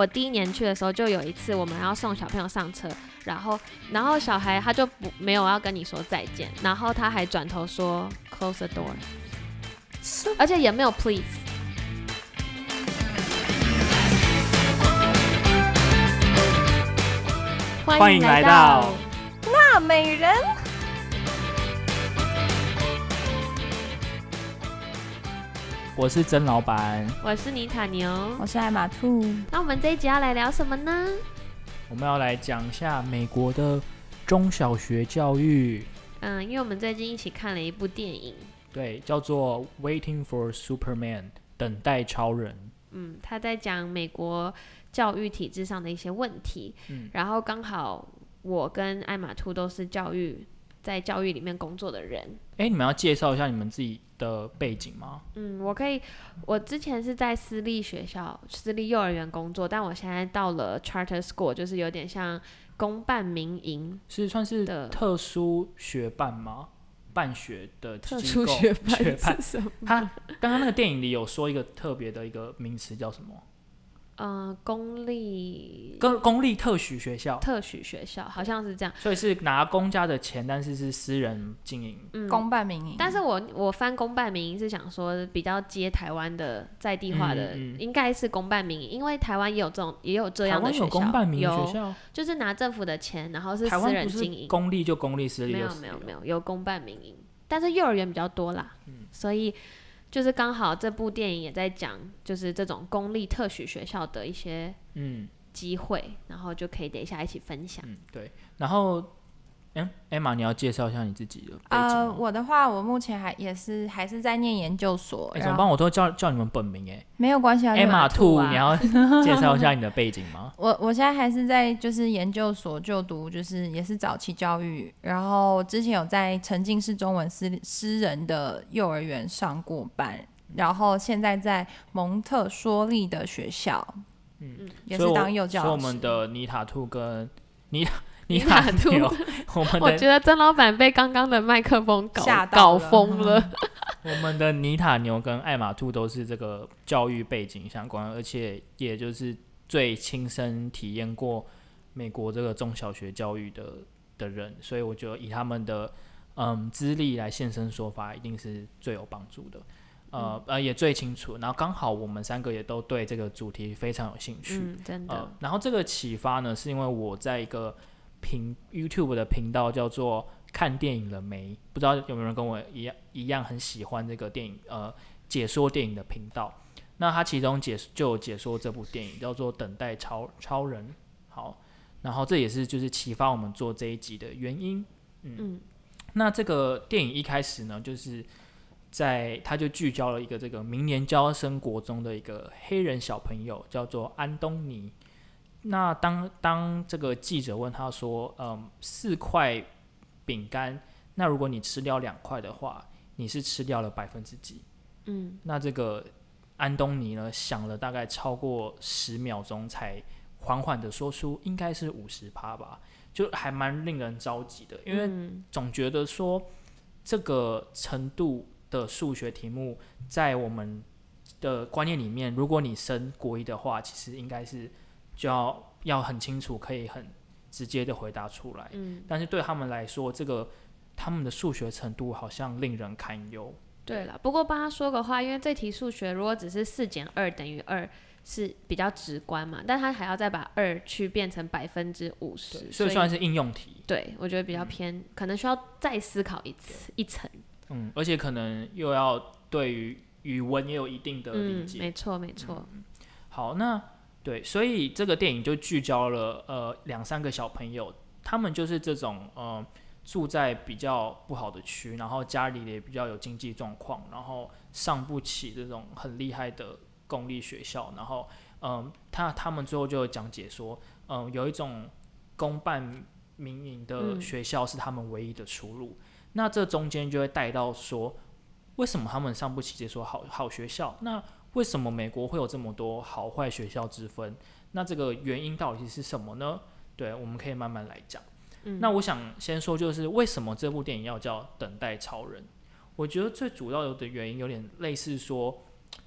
我第1年去的时候，就有一次我们要送小朋友上车，然后小孩他就没有要跟你说再见，然后他还转头说 close the door， 而且也没有 please。 欢迎来到娜美人。 我是曾老板， 我是妮塔牛， 我是艾玛兔。 那我们这一集要来聊什么呢？ 我们要来讲一下美国的中小学教育。 因为我们最近一起看了一部电影， 对，叫做 Waiting for Superman 等待超人。 他在讲美国教育体制上的一些问题。然后刚好我跟艾玛兔都是在教育里面工作的人。 你们要介绍一下你们自己的背景吗？ 我之前是在私立学校、私立幼儿园工作，但我现在到了 Charter School， 就是有点像公办民营， 是算是特殊学办吗？办学的机构。 特殊学办是什么？ 他刚刚那个电影里有说一个特别的一个名词叫什么？ 公立特许学校， 好像是这样， 所以是拿公家的钱，但是是私人经营， 公办民营。 但是我翻公办民营是想说比较接台湾的在地化的，应该是公办民营，因为台湾也有这样的学校。台湾有公办民营学校， 就是拿政府的钱，然后是私人经营。 公立就公立，私立就私立。 没有公办民营，但是幼儿园比较多啦，所以。就是刚好这部电影也在讲，就是这种公立特许学校的一些机会，然后就可以等一下一起分享。 对。然后，Emma， 你要介绍一下你自己的背景吗？ 我的话，我目前还是在念研究所。 怎么办？我都叫你们本名没有关系啊。 Emma 兔，你要介绍一下你的背景吗？ 我现在还是在就是研究所就读，就是也是早期教育，然后之前有在沉浸式中文私人的幼儿园上过班，然后现在在蒙特梭利的学校，也是当幼教老师。 所以我们的妮塔兔跟妮塔牛， 我觉得曾老板被刚刚的麦克风搞疯了。 我们的妮塔牛跟艾玛兔都是这个教育背景相关，而且也就是最亲身体验过美国这个中小学教育的人，所以我觉得以他们的资历来现身说法，一定是最有帮助的。也最清楚，然后刚好我们3个也都对这个主题非常有兴趣。 真的。 然后这个启发呢，是因为我在一个YouTube 的频道叫做看电影了没，不知道有没有人跟我一样很喜欢这个电影解说电影的频道。那他其中就有解说这部电影叫做等待超人。好，然后这也是就是启发我们做这一集的原因。那这个电影一开始呢，就是他就聚焦了一个这个明年就要升国中的一个黑人小朋友，叫做安东尼。那当这个记者问他说，4块饼干，那如果你吃掉2块的话，你是吃掉了几%？那这个安东尼呢，想了大概超过10秒钟，才缓缓的说出应该是50%吧，就还蛮令人着急的，因为总觉得说这个程度的数学题目，在我们的观念里面，如果你升国1的话，其实应该是就要很清楚，可以很直接的回答出来。但是对他们来说，他们的数学程度好像令人堪忧。 对啦，不过帮他说个话，因为这题数学如果只是4减2等于2是比较直观嘛，但他还要再把2去变成50%， 所以算是应用题。 对，我觉得比较偏，可能需要再思考一层。 而且可能又要对于语文也有一定的理解。 没错。 好，那对，所以这个电影就聚焦了2-3个小朋友，他们就是这种住在比较不好的区，然后家里也比较有经济状况，然后上不起这种很厉害的公立学校，然后他们最后就有讲解说，有一种公办民营的学校是他们唯一的出路。那这中间就会带到说，为什么他们上不起这所好学校？那为什么美国会有这么多好坏学校之分？那这个原因到底是什么呢？对，我们可以慢慢来讲。那我想先说，就是为什么这部电影要叫《等待超人》？我觉得最主要的原因有点类似说，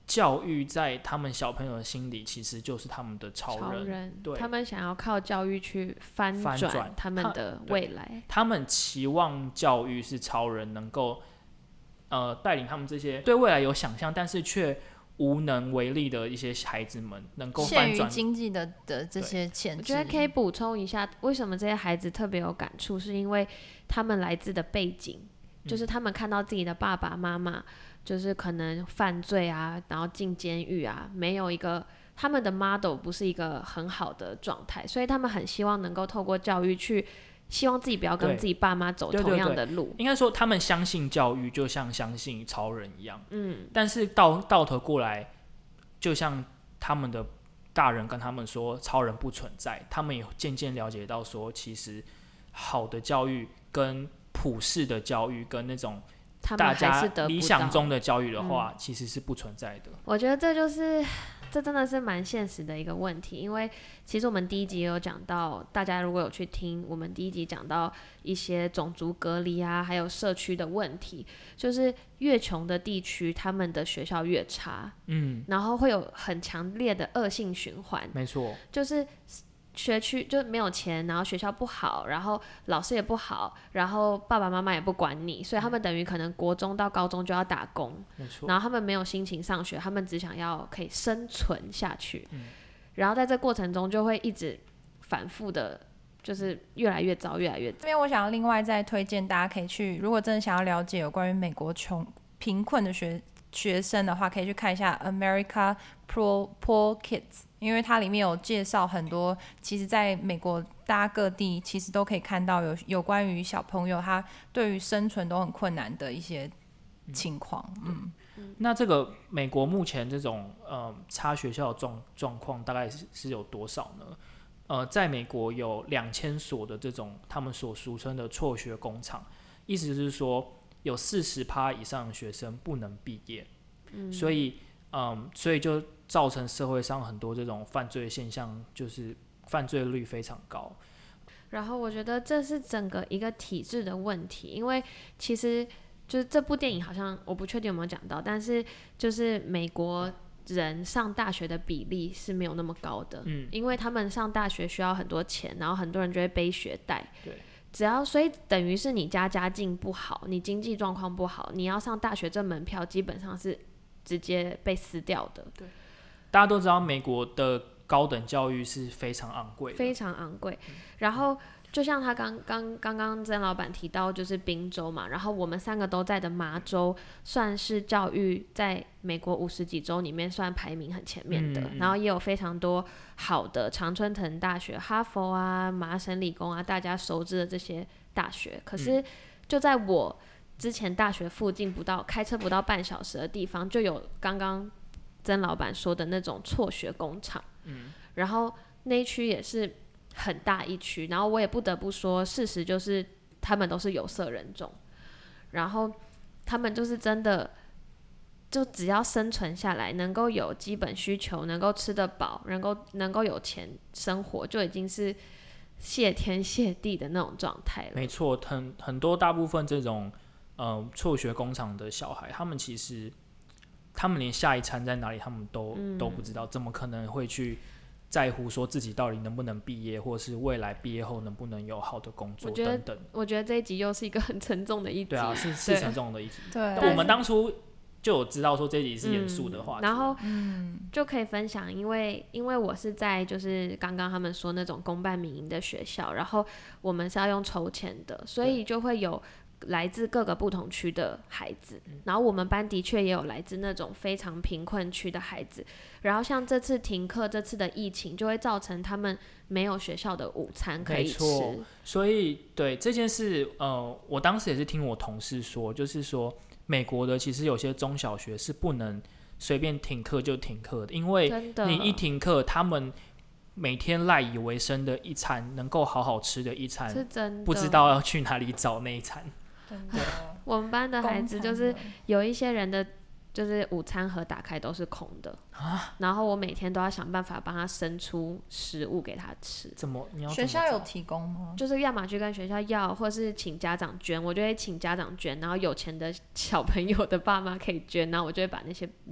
教育在他们小朋友的心里其实就是他们的超人，对， 他们想要靠教育去翻转他们的未来， 他们期望教育是超人，能够带领他们这些对未来有想象但是却无能为力的一些孩子们能够翻转限于经济的这些限制。 我觉得可以补充一下，为什么这些孩子特别有感触，是因为他们来自的背景，就是他们看到自己的爸爸妈妈就是可能犯罪啊，然后进监狱啊，没有一个他们的 model 不是一个很好的状态，所以他们很希望能够透过教育去希望自己不要跟自己爸妈走同样的路。 对，应该说他们相信教育就像相信超人一样，但是到头过来，就像他们的大人跟他们说超人不存在，他们也渐渐了解到说，其实好的教育跟普世的教育跟那种大家理想中的教育的话，其实是不存在的。 我觉得这真的是蛮现实的一个问题，因为其实我们第一集也有讲到，大家如果有去听我们第一集讲到一些种族隔离啊，还有社区的问题，就是越穷的地区他们的学校越差，然后会有很强烈的恶性循环。 没错， 就是学区就没有钱，然后学校不好，然后老师也不好，然后爸爸妈妈也不管你，所以他们等于可能国中到高中就要打工， 没错， 然后他们没有心情上学，他们只想要可以生存下去，然后在这过程中就会一直反复的，就是越来越糟，越来越糟。 这边我想要另外再推荐大家可以去，如果真的想要了解有关于美国贫困的学生的话，可以去看一下 America Poor Kids， 因为它里面有介绍很多，其实在美国大家各地其实都可以看到有关于小朋友他对于生存都很困难的一些情况。 那这个美国目前这种差学校的状况大概是有多少呢？在美国有2000所的这种他们所俗称的辍学工厂，意思是说有40%以上的学生不能毕业，所以就造成社会上很多这种犯罪现象，就是犯罪率非常高。 然后我觉得这是整个一个体制的问题，因为其实就是这部电影好像我不确定有没有讲到，但是就是美国人上大学的比例是没有那么高的，因为他们上大学需要很多钱，然后很多人就会背学贷， 对， 所以等于是你家境不好，你经济状况不好，你要上大学这门票基本上是直接被撕掉的。 对，大家都知道美国的高等教育是非常昂贵的， 非常昂贵。然后就像他刚刚曾老板提到，就是宾州嘛，然后我们3个都在的麻州，算是教育在美国50几州里面算排名很前面的，然后也有非常多好的常春藤大学、哈佛啊、麻省理工啊，大家熟知的这些大学。可是就在我之前大学附近开车不到半小时的地方，就有刚刚曾老板说的那种辍学工厂，然后那一区也是很大一区，然后我也不得不说，事实就是他们都是有色人种，然后他们就是真的就只要生存下来，能够有基本需求，能够吃得饱，能够有钱生活，就已经是谢天谢地的那种状态了。 没错，很多大部分这种辍学工厂的小孩，他们其实他们连下一餐在哪里他们都不知道，怎么可能会去在乎说自己到底能不能毕业，或是未来毕业后能不能有好的工作等等。 我觉得这一集又是一个很沉重的一集。 对啊，是沉重的一集。 对， 我们当初就有知道说这一集是严肃的话题， 然后就可以分享，因为我是在就是刚刚他们说那种公办民营的学校，然后我们是要用筹钱的，所以就会有来自各个不同区的孩子，然后我们班的确也有来自那种非常贫困区的孩子，然后像这次停课，这次的疫情就会造成他们没有学校的午餐可以吃。没错， 所以对这件事我当时也是听我同事说，就是说美国的其实有些中小学是不能随便停课就停课的，因为你一停课，他们每天赖以为生的一餐，能够好好吃的一餐， 是真的不知道要去哪里找那一餐。 我们班的孩子就是有一些人的就是午餐盒打开都是空的，然后我每天都要想办法帮他生出食物给他吃。 学校有提供吗？ 就是要么去跟学校要，或是请家长捐，我就会请家长捐，然后有钱的小朋友的爸妈可以捐，然后我就会把那些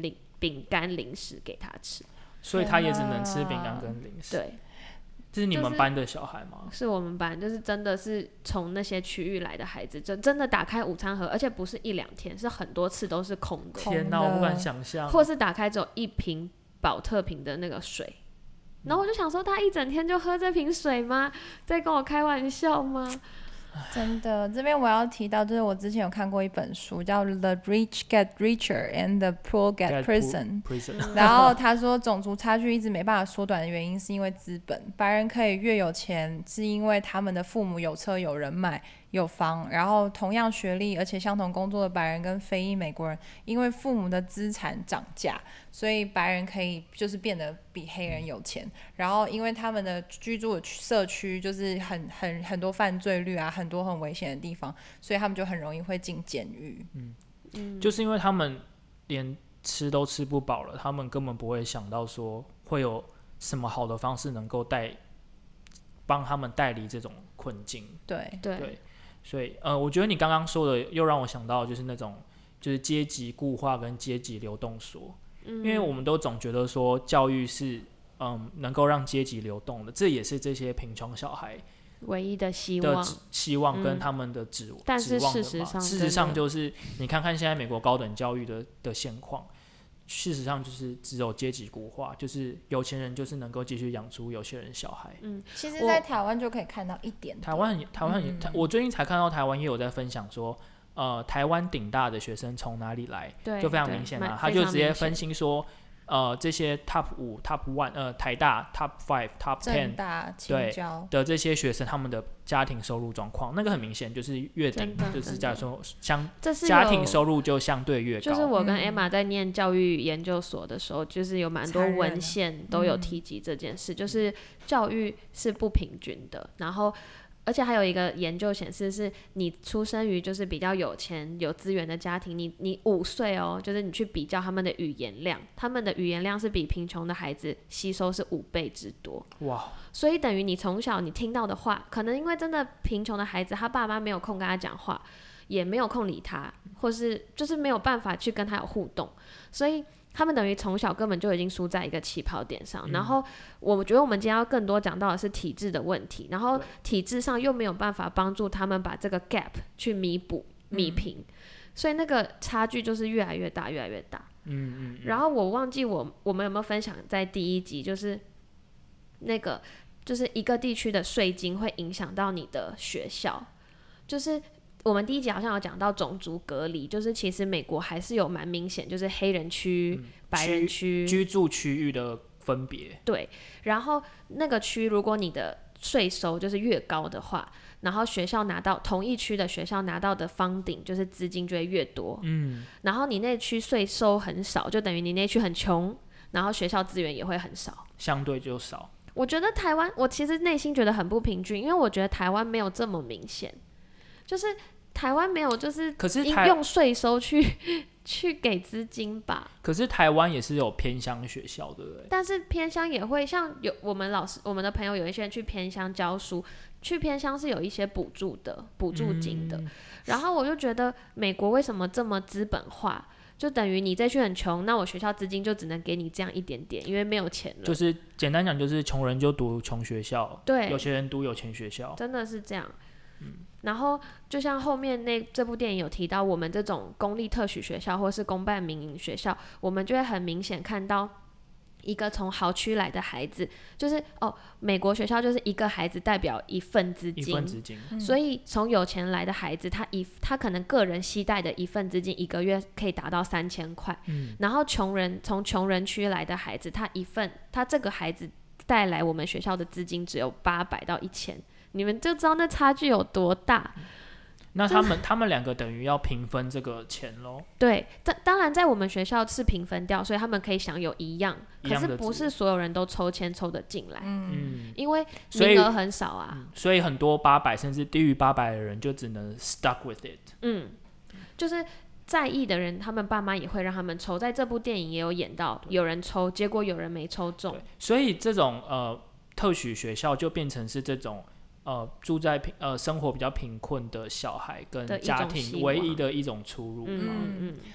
饼干零食给他吃， 所以他也只能吃饼干跟零食。 对， 这是你们班的小孩吗？ 是我们班，就是真的是从那些区域来的孩子，真的打开午餐盒，而且不是1-2天，是很多次都是空的。 天哪，我不敢想象。 或是打开只有1瓶宝特瓶的那个水，然后我就想说，他一整天就喝这瓶水吗？在跟我开玩笑吗？ 真的，这边我要提到，就是我之前有看过一本书，叫《The Rich Get Richer and the Poor Get Prison》，然后他说种族差距一直没办法缩短的原因是因为资本，白人可以越有钱，是因为他们的父母有车有人脉有房，然后同样学历而且相同工作的白人跟非裔美国人，因为父母的资产涨价，所以白人可以就是变得比黑人有钱，然后因为他们的居住的社区就是很多犯罪率啊，很多很危险的地方，所以他们就很容易会进监狱。 就是因为他们连吃都吃不饱了，他们根本不会想到说会有什么好的方式能够帮他们带离这种困境。 对， 所以我觉得你刚刚说的又让我想到就是那种就是阶级固化跟阶级流动所。因为我们都总觉得说教育是能够让阶级流动的，这也是这些贫穷小孩唯一的希望跟他们的指望的嘛。 但是事实上就是你看看现在美国高等教育的现况，事实上就是只有阶级固化，就是有钱人就是能够继续养出有钱人小孩。 其实在台湾就可以看到一点点。 台湾我最近才看到台湾也有在分享说台湾顶大的学生从哪里来，就非常明显他就直接分析说这些 Top 5 Top 1台大 Top 5 Top 10 政大清交的这些学生他们的家庭收入状况，那个很明显就是越顶，就是假如说家庭收入就相对越高。 就是我跟 Emma 在念教育研究所的时候，就是有蛮多文献都有提及这件事，就是教育是不平均的，然后而且还有一个研究显示，是你出生于就是比较有钱有资源的家庭，你5岁就是你去比较他们的语言量，他们的语言量是比贫穷的孩子吸收是5倍之多。 哇！ 所以等于你从小你听到的话，可能因为真的贫穷的孩子，他爸妈没有空跟他讲话，也没有空理他，或是就是没有办法去跟他有互动，所以他们等于从小根本就已经输在一个起跑点上。然后我觉得我们今天要更多讲到的是体制的问题，然后体制上又没有办法帮助他们把这个 gap 去弥平，所以那个差距就是越来越大越来越大。然后我忘记我们有没有分享在第1集，就是那个就是一个地区的税金会影响到你的学校，就是我们第1集好像有讲到种族隔离，就是其实美国还是有蛮明显，就是黑人区、白人区居住区域的分别。 对，然后那个区如果你的税收就是越高的话，然后学校拿到同一区的学校拿到的funding就是资金就会越多。然后你那区税收很少，就等于你那区很穷，然后学校资源也会很少， 相对就少。 我觉得台湾，我其实内心觉得很不平均，因为我觉得台湾没有这么明显，就是台湾没有就是用税收去给资金吧。 可是台湾也是有偏乡学校，对不对？ 但是偏乡也会像有我们的朋友有一些人去偏乡教书，去偏乡是有一些补助金的。然后我就觉得美国为什么这么资本化？就等于你这区很穷，那我学校资金就只能给你这样一点点，因为没有钱了。 就是简单讲，就是穷人就读穷学校， 对， 有钱人读有钱学校， 真的是这样。然后就像后面这部电影有提到，我们这种公立特许学校或是公办民营学校，我们就会很明显看到一个从豪区来的孩子，就是美国学校就是一个孩子代表一份资金，所以从有钱来的孩子，他可能个人携带的一份资金一个月可以达到3000块，然后从穷人区来的孩子，他这个孩子带来我们学校的资金只有800到1000，你们就知道那差距有多大。 那他们2个等于要平分这个钱咯。对， 当然在我们学校是平分掉，所以他们可以享有一样，可是不是所有人都抽签抽得进来，因为名额很少啊。 所以很多800甚至低于800的人就只能 stuck with it。 就是在意的人，他们爸妈也会让他们抽。在这部电影也有演到，有人抽，结果有人没抽中。 所以这种特许学校就变成是这种住在生活比较贫困的小孩跟家庭唯一的一种出路。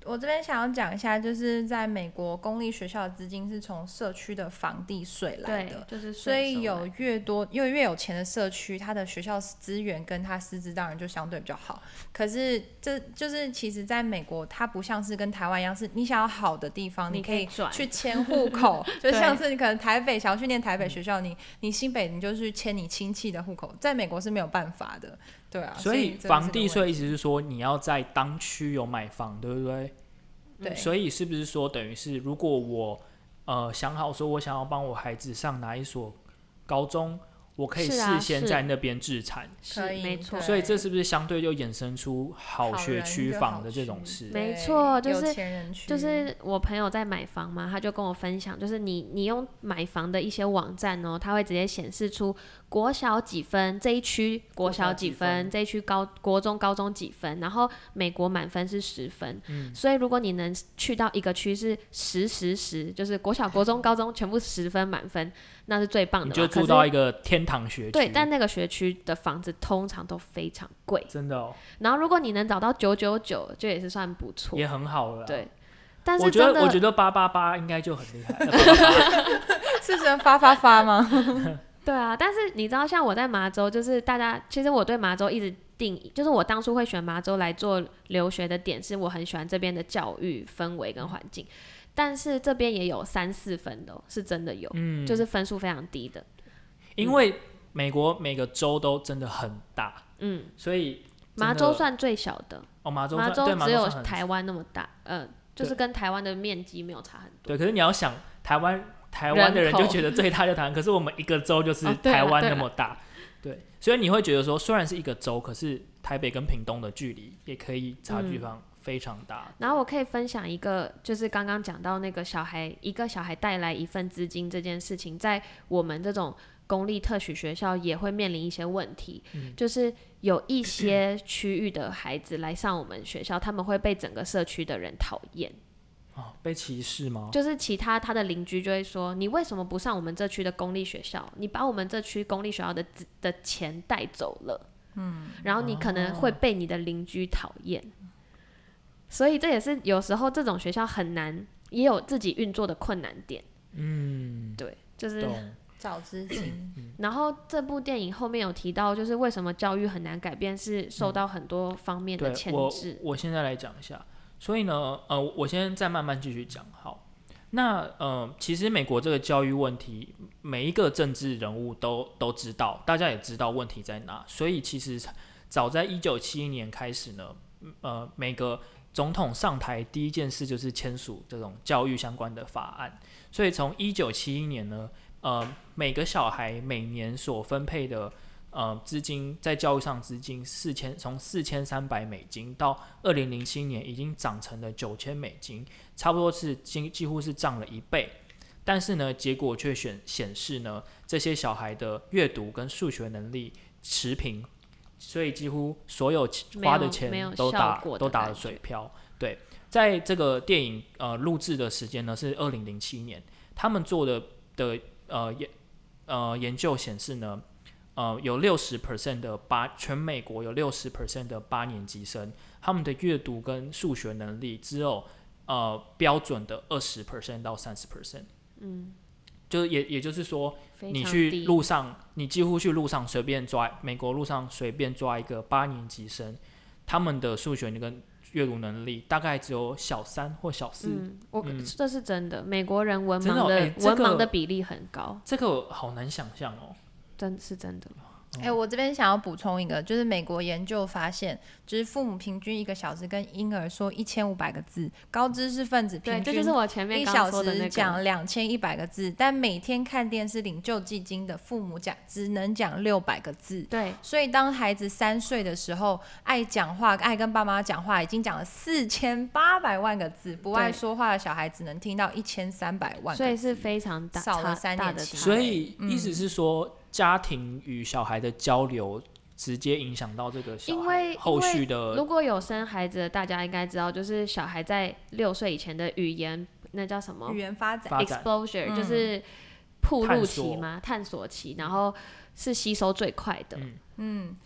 我这边想要讲一下，就是在美国公立学校的资金是从社区的房地税来的， 就是所以有越有钱的社区，它的学校资源跟它师资当然就相对比较好。可是这就是其实在美国，它不像是跟台湾一样，是你想要好的地方，你可以去迁户口，就像是你可能台北想要去念台北学校，你新北你就去迁你亲戚的户口，在美国是没有办法的。对啊， 所以房地税意思是说你要在当区有买房，对不对？ 对， 所以是不是说等于是如果我想好说我想要帮我孩子上哪一所高中，我可以事先在那边置产， 可以， 没错。 所以这是不是相对就衍生出好学区房的这种事？ 没错，就是我朋友在买房嘛，他就跟我分享，就是你用买房的一些网站哦，他会直接显示出国小几分，这一区国小几分，这一区国中高中几分，然后美国满分是10分，所以如果你能去到一个区是10，就是国小国中高中全部10分满分，那是最棒的嘛， 你就住到一个天堂学区。 对，但那个学区的房子通常都非常贵， 真的哦。 然后如果你能找到999，就也是算不错， 也很好了。 对，但是我觉得888应该就很厉害了。 是真发吗？ 对啊，但是你知道，像我在麻州，就是其实我对麻州一直定义，就是我当初会选麻州来做留学的点，是我很喜欢这边的教育氛围跟环境。但是这边也有3、4分的，是真的有，就是分数非常低的。 因为美国每个州都真的很大，所以麻州算最小的。 麻州只有台湾那么大，就是跟台湾的面积没有差很多。 对，可是你要想台湾的人就觉得最大就台湾，可是我们一个州就是台湾那么大，对，所以你会觉得说，虽然是一个州，可是台北跟屏东的距离也可以差距非常大。 然后我可以分享一个，就是刚刚讲到那个一个小孩带来一份资金这件事情，在我们这种公立特许学校也会面临一些问题，就是有一些区域的孩子来上我们学校，他们会被整个社区的人讨厌。 被歧视吗？ 就是他的邻居就会说，你为什么不上我们这区的公立学校？你把我们这区公立学校的钱带走了，然后你可能会被你的邻居讨厌。所以这也是有时候这种学校很难，也有自己运作的困难点。对，就是找资金。 然后这部电影后面有提到，就是为什么教育很难改变，是受到很多方面的牵制。 我现在来讲一下。所以呢，我先再慢慢继续讲。好，那其实美国这个教育问题，每一个政治人物都知道，大家也知道问题在哪。所以其实早在1971年开始呢，每个总统上台第一件事就是签署这种教育相关的法案。所以从1971年呢，每个小孩每年所分配的资金，在教育上资金从$4300到2007年已经涨成了$9000，差不多是几乎是涨了1倍。但是呢，结果却显示呢，这些小孩的阅读跟数学能力持平，所以几乎所有花的钱都打了水漂。对，在这个电影录制的时间呢是2007年，他们做的研究显示呢。有60% 的全美国有60% 的8年级生，他们的阅读跟数学能力只有标准的20% 到30%。就也就是说，你去路上，你几乎去路上随便抓，美国路上随便抓一个8年级生，他们的数学跟阅读能力大概只有小3或小4。 这是真的，美国人文盲的比例很高， 这个好难想象哦。 是真的。 我这边想要补充一个，就是美国研究发现，就是父母平均1个小时跟婴儿说1500个字，高知识分子平均这就是我前面刚说的那个 1小时讲2100个字，但每天看电视领救济金的父母只能讲600个字。 对， 所以当孩子3岁的时候，爱讲话、爱跟爸妈讲话，已经讲了4800万个字，不爱说话的小孩只能听到1300万个字， 所以是非常大， 少了3年的期。 所以意思是说，家庭与小孩的交流直接影响到这个小孩后续的。 如果有生孩子的，大家应该知道，就是小孩在6岁以前的语言，那叫什么？ 语言发展 exposure，就是暴露期嘛，探索期，然后是吸收最快的。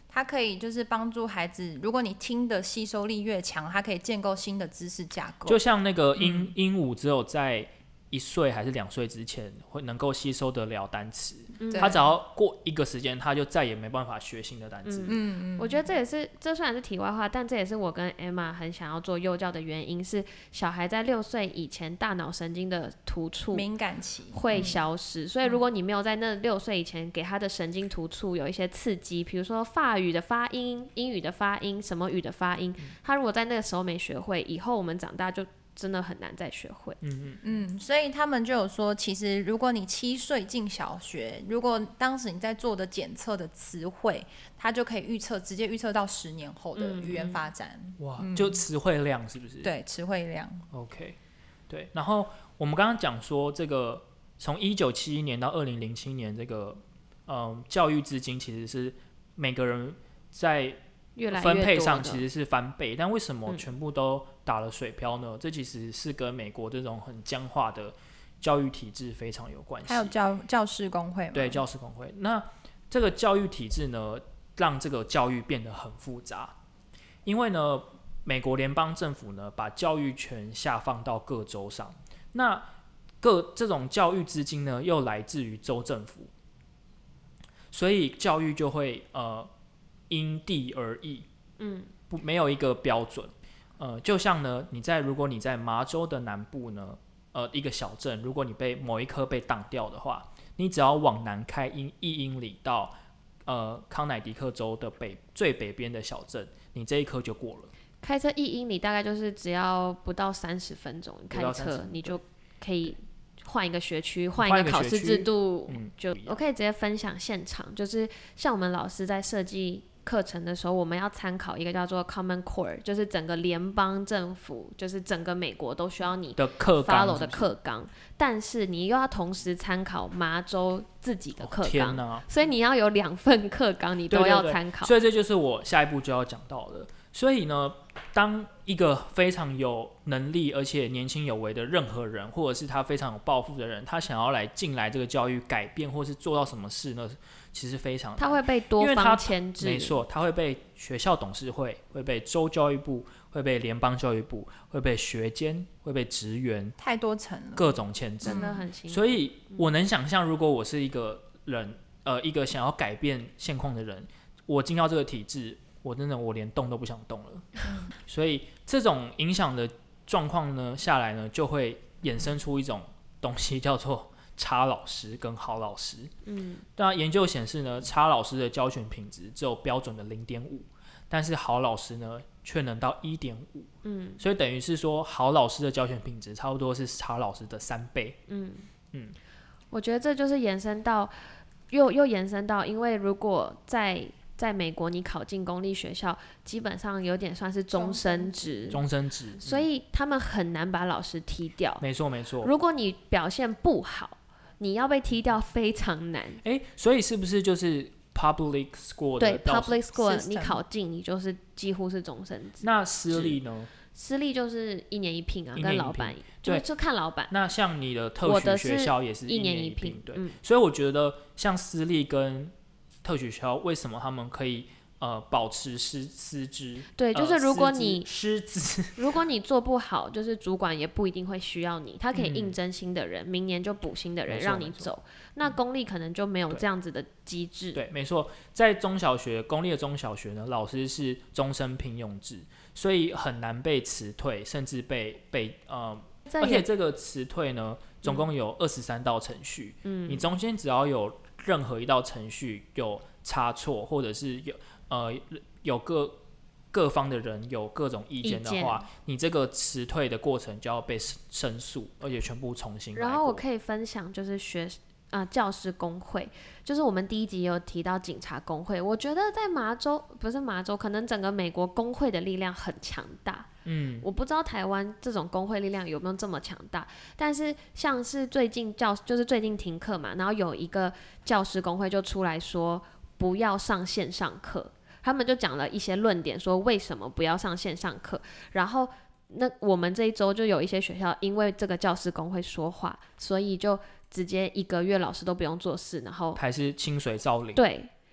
它可以就是帮助孩子，如果你听的吸收力越强，它可以建构新的知识架构。 就像那个鹦鹉只有在1岁还是2岁之前会能够吸收得了单词，他只要过一个时间，他就再也没办法学新的单词。 我觉得这虽然是题外话，但这也是我跟 Emma 很想要做幼教的原因，是小孩在6岁以前大脑神经的突触敏感期会消失，所以如果你没有在那6岁以前给他的神经突触有一些刺激，比如说法语的发音、英语的发音、什么语的发音，他如果在那个时候没学会，以后我们长大就真的很难再学会。 所以他们就有说，其实如果你7岁进小学，如果当时你在做的检测的词汇，它就可以直接预测到10年后的语言发展。 哇，就词汇量是不是？ 对，词汇量。 OK， 对。然后我们刚刚讲说，这个从1971年到2007年，这个教育资金其实是每个人在分配上其实是翻倍，但为什么全部都打了水漂呢？这其实是跟美国这种很僵化的教育体制非常有关系。 还有教师工会吗？ 对，教师工会。那这个教育体制呢，让这个教育变得很复杂，因为呢，美国联邦政府呢把教育权下放到各州上，那这种教育资金呢又来自于州政府，所以教育就会因地而异，没有一个标准。就像呢，如果你在麻州的南部呢，一个小镇，如果你某一科被当掉的话，你只要往南开1英里到康乃狄克州的最北边的小镇，你这一科就过了。 开车1英里大概就是只要不到30分钟，开车你就可以换一个学区，换一个考试制度。我可以直接分享现场，就是像我们老师在设计课程的时候，我们要参考一个叫做 Common Core， 就是整个联邦政府，就是整个美国都需要你 follow 的课纲，但是你又要同时参考麻州自己的课纲，所以你要有2份课纲，你都要参考。 所以这就是我下一步就要讲到的。所以呢，当一个非常有能力而且年轻有为的任何人，或者是他非常有抱负的人，他想要进来这个教育改变或是做到什么事呢，其实非常难， 他会被多方牵制。 没错，他会被学校董事会，会被州教育部，会被联邦教育部，会被学监，会被职员， 太多层了， 各种牵制， 真的很辛苦。 所以我能想象，如果我是一个人，一个想要改变现况的人，我进到这个体制，我连动都不想动了。所以这种影响的状况呢下来呢，就会衍生出一种东西叫做差老师跟好老师。当然研究显示呢，差老师的教学品质只有标准的 0.5， 但是好老师呢却能到 1.5。所以等于是说，好老师的教学品质差不多是差老师的3倍。 我觉得这就是延伸到又延伸到，因为如果在美国你考进公立学校，基本上有点算是终身制，所以他们很难把老师踢掉。 没错没错。 如果你表现不好，你要被踢掉非常难。 所以是不是就是 public school 的？ 对 public school 你考进你就是几乎是终身制。 那私立呢？ 私立就是1年1聘啊，跟老板就看老板。 那像你的特许学校也是1年1聘，对。所以我觉得像私立跟特许学校，为什么他们可以保持师资？ 对，就是如果你师资， 如果你做不好，就是主管也不一定会需要你，他可以应征新的人，明年就补新的人让你走。那公立可能就没有这样子的机制。 对，没错，在公立的中小学呢，老师是终身聘用制，所以很难被辞退，甚至而且这个辞退呢，总共有23道程序。你中间只要有任何一道程序有差错，或者是有各方的人有各种意见的话，你这个辞退的过程就要被申诉，而且全部重新来过。 然后我可以分享就是教师工会，就是我们第1集有提到警察工会，我觉得在不是麻州，可能整个美国工会的力量很强大。我不知道台湾这种工会力量有没有这么强大，但是像是最近停课嘛，然后有一个教师工会就出来说不要上线上课，他们就讲了一些论点，说为什么不要上线上课。然后我们这一周就有一些学校因为这个教师工会说话，所以就直接1个月老师都不用做事，然后还是清水照领。 对，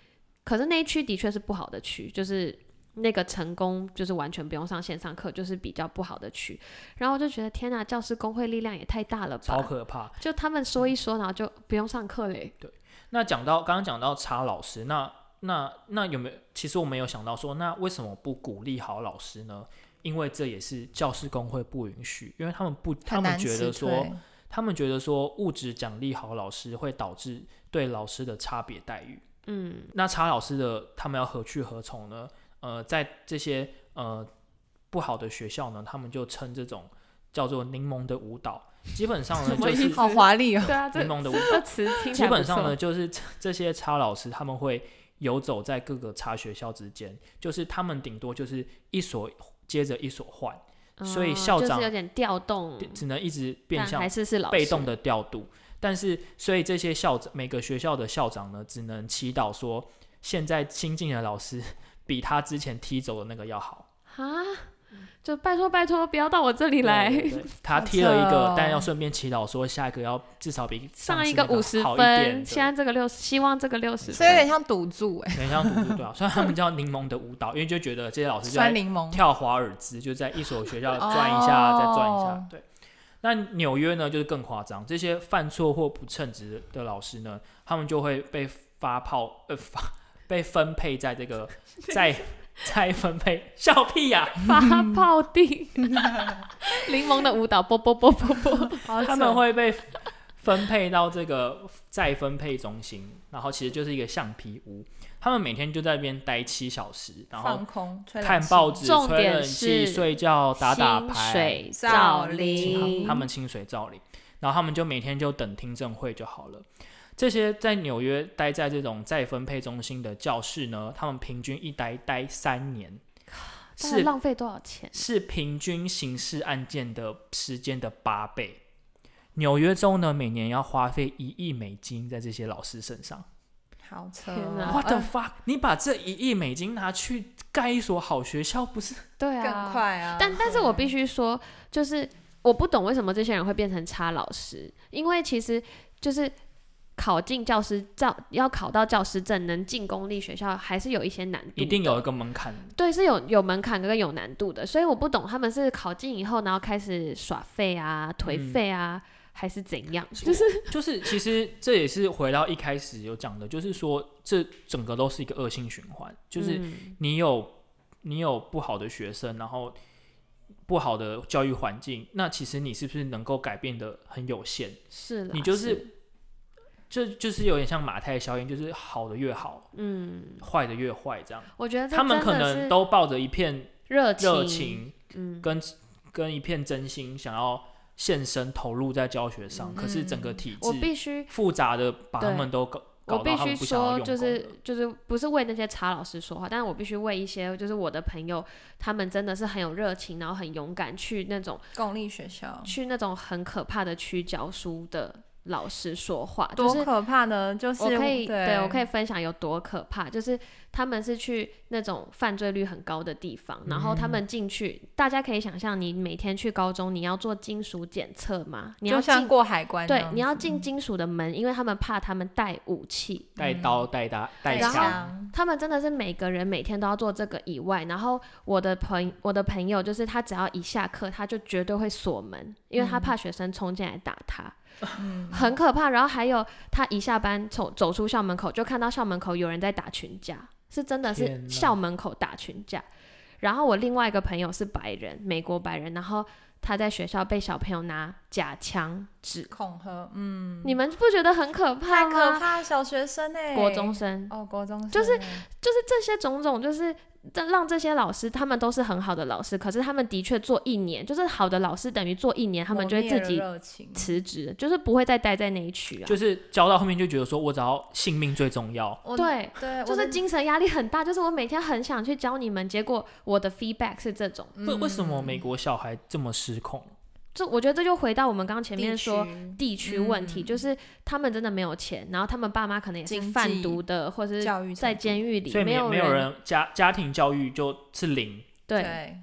可是那一区的确是不好的区，就是那个成功就是完全不用上线上课，就是比较不好的区。然后我就觉得天哪，教师工会力量也太大了吧， 超可怕。 就他们说一说，然后就不用上课嘞。 对，那刚刚讲到差老师，那有没有？其实我们有想到说，那为什么不鼓励好老师呢？因为这也是教师工会不允许，因为他们觉得说物质奖励好老师会导致对老师的差别待遇。那差老师的他们要何去何从呢？在这些不好的学校呢，他们就称这种叫做柠檬的舞蹈。基本上呢，就是好华丽哦。 对啊， 柠檬的舞蹈这词听起来不错。 基本上呢，就是这些差老师他们会游走在各个差学校之间，就是他们顶多就是一所接着一所换，所以校长就是有点调动， 只能一直变相还是老师被动的调度。但是，所以这些每个学校的校长呢，只能祈祷说，现在新进的老师比他之前踢走的那个要好啊！就拜托不要到我这里来。 对，他踢了一个，但要顺便祈祷说，下一个要至少比上一个50分，现在这个60，希望这个60分， 所以有点像赌注有点像赌注，对啊。所以他们叫柠檬的舞蹈，因为就觉得这些老师就在跳华尔兹，就在一所学校转一下，再转一下，对。那纽约呢，就是更夸张，这些犯错或不称职的老师呢，他们就会被被分配在这个再分配笑屁呀、 发泡地，柠檬的舞蹈，啵啵啵啵啵， 他们会被分配到这个再分配中心，然后其实就是一个橡皮屋。他们每天就在那边待7小时，然后看报纸、吹冷气、睡觉、打牌、 清水照临。 他们清水照临，然后他们就每天就等听证会就好了。这些在纽约待在这种再分配中心的教士呢，他们平均一待3年， 是浪费多少钱？ 是平均刑事案件的时间的8倍。纽约州呢，每年要花费$1亿在这些老师身上。 好扯 ！What the fuck？你把这$1亿拿去盖一所好学校，不是？ 对啊， 更快啊！ 但是我必须说，就是我不懂为什么这些人会变成差老师，因为其实就是考进教师要考到教师证，能进公立学校还是有一些难度的， 一定有一个门槛。对， 是有门槛跟有难度的，所以我不懂他们是考进以后，然后开始耍废啊、颓废啊。还是怎样？ 就是其实这也是回到一开始有讲的，就是说这整个都是一个恶性循环，就是你有不好的学生，然后不好的教育环境，那其实你是不是能够改变的很有限？ 是啦， 你就是有点像马太效应，就是好的越好，坏的越坏这样。 我觉得他们可能都抱着一片热情，跟一片真心想要献身投入在教学上，可是整个体制我必须复杂的把他们都搞到他们不想要用功了。 就是不是为那些差老师说话，但是我必须为一些就是我的朋友，他们真的是很有热情，然后很勇敢去那种公立学校， 去那种很可怕的区教书的老师说话， 多可怕呢？就是我可以分享有多可怕，就是他们是去那种犯罪率很高的地方，然后他们进去，大家可以想象，你每天去高中，你要做金属检测吗？你要就像过海关， 对，你要进金属的门，因为他们怕他们带武器、 带刀、带枪，他们真的是每个人每天都要做这个以外，然后我的朋友就是他只要一下课，他就绝对会锁门，因为他怕学生冲进来打他。很可怕。然后还有他一下班走出校门口，就看到校门口有人在打群架，是真的是校门口打群架。然后我另外一个朋友是白人，美国白人，然后他在学校被小朋友拿假枪指恐吓， 你们不觉得很可怕吗？ 太可怕，小学生国中生国中生就是这些种种，就是让这些老师他们都是很好的老师，可是他们的确做1年，就是好的老师等于做1年，他们就会自己辞职，就是不会再待在那一区啊。 就是教到后面就觉得说，我只要性命最重要。 对，就是精神压力很大，就是我每天很想去教你们，结果我的 feedback 是这种。 为什么美国小孩这么失控？ 我觉得这就回到我们刚刚前面说地区问题，就是他们真的没有钱，然后他们爸妈可能也是贩毒的，或者是在监狱里， 所以没有人家庭教育就是0。 对，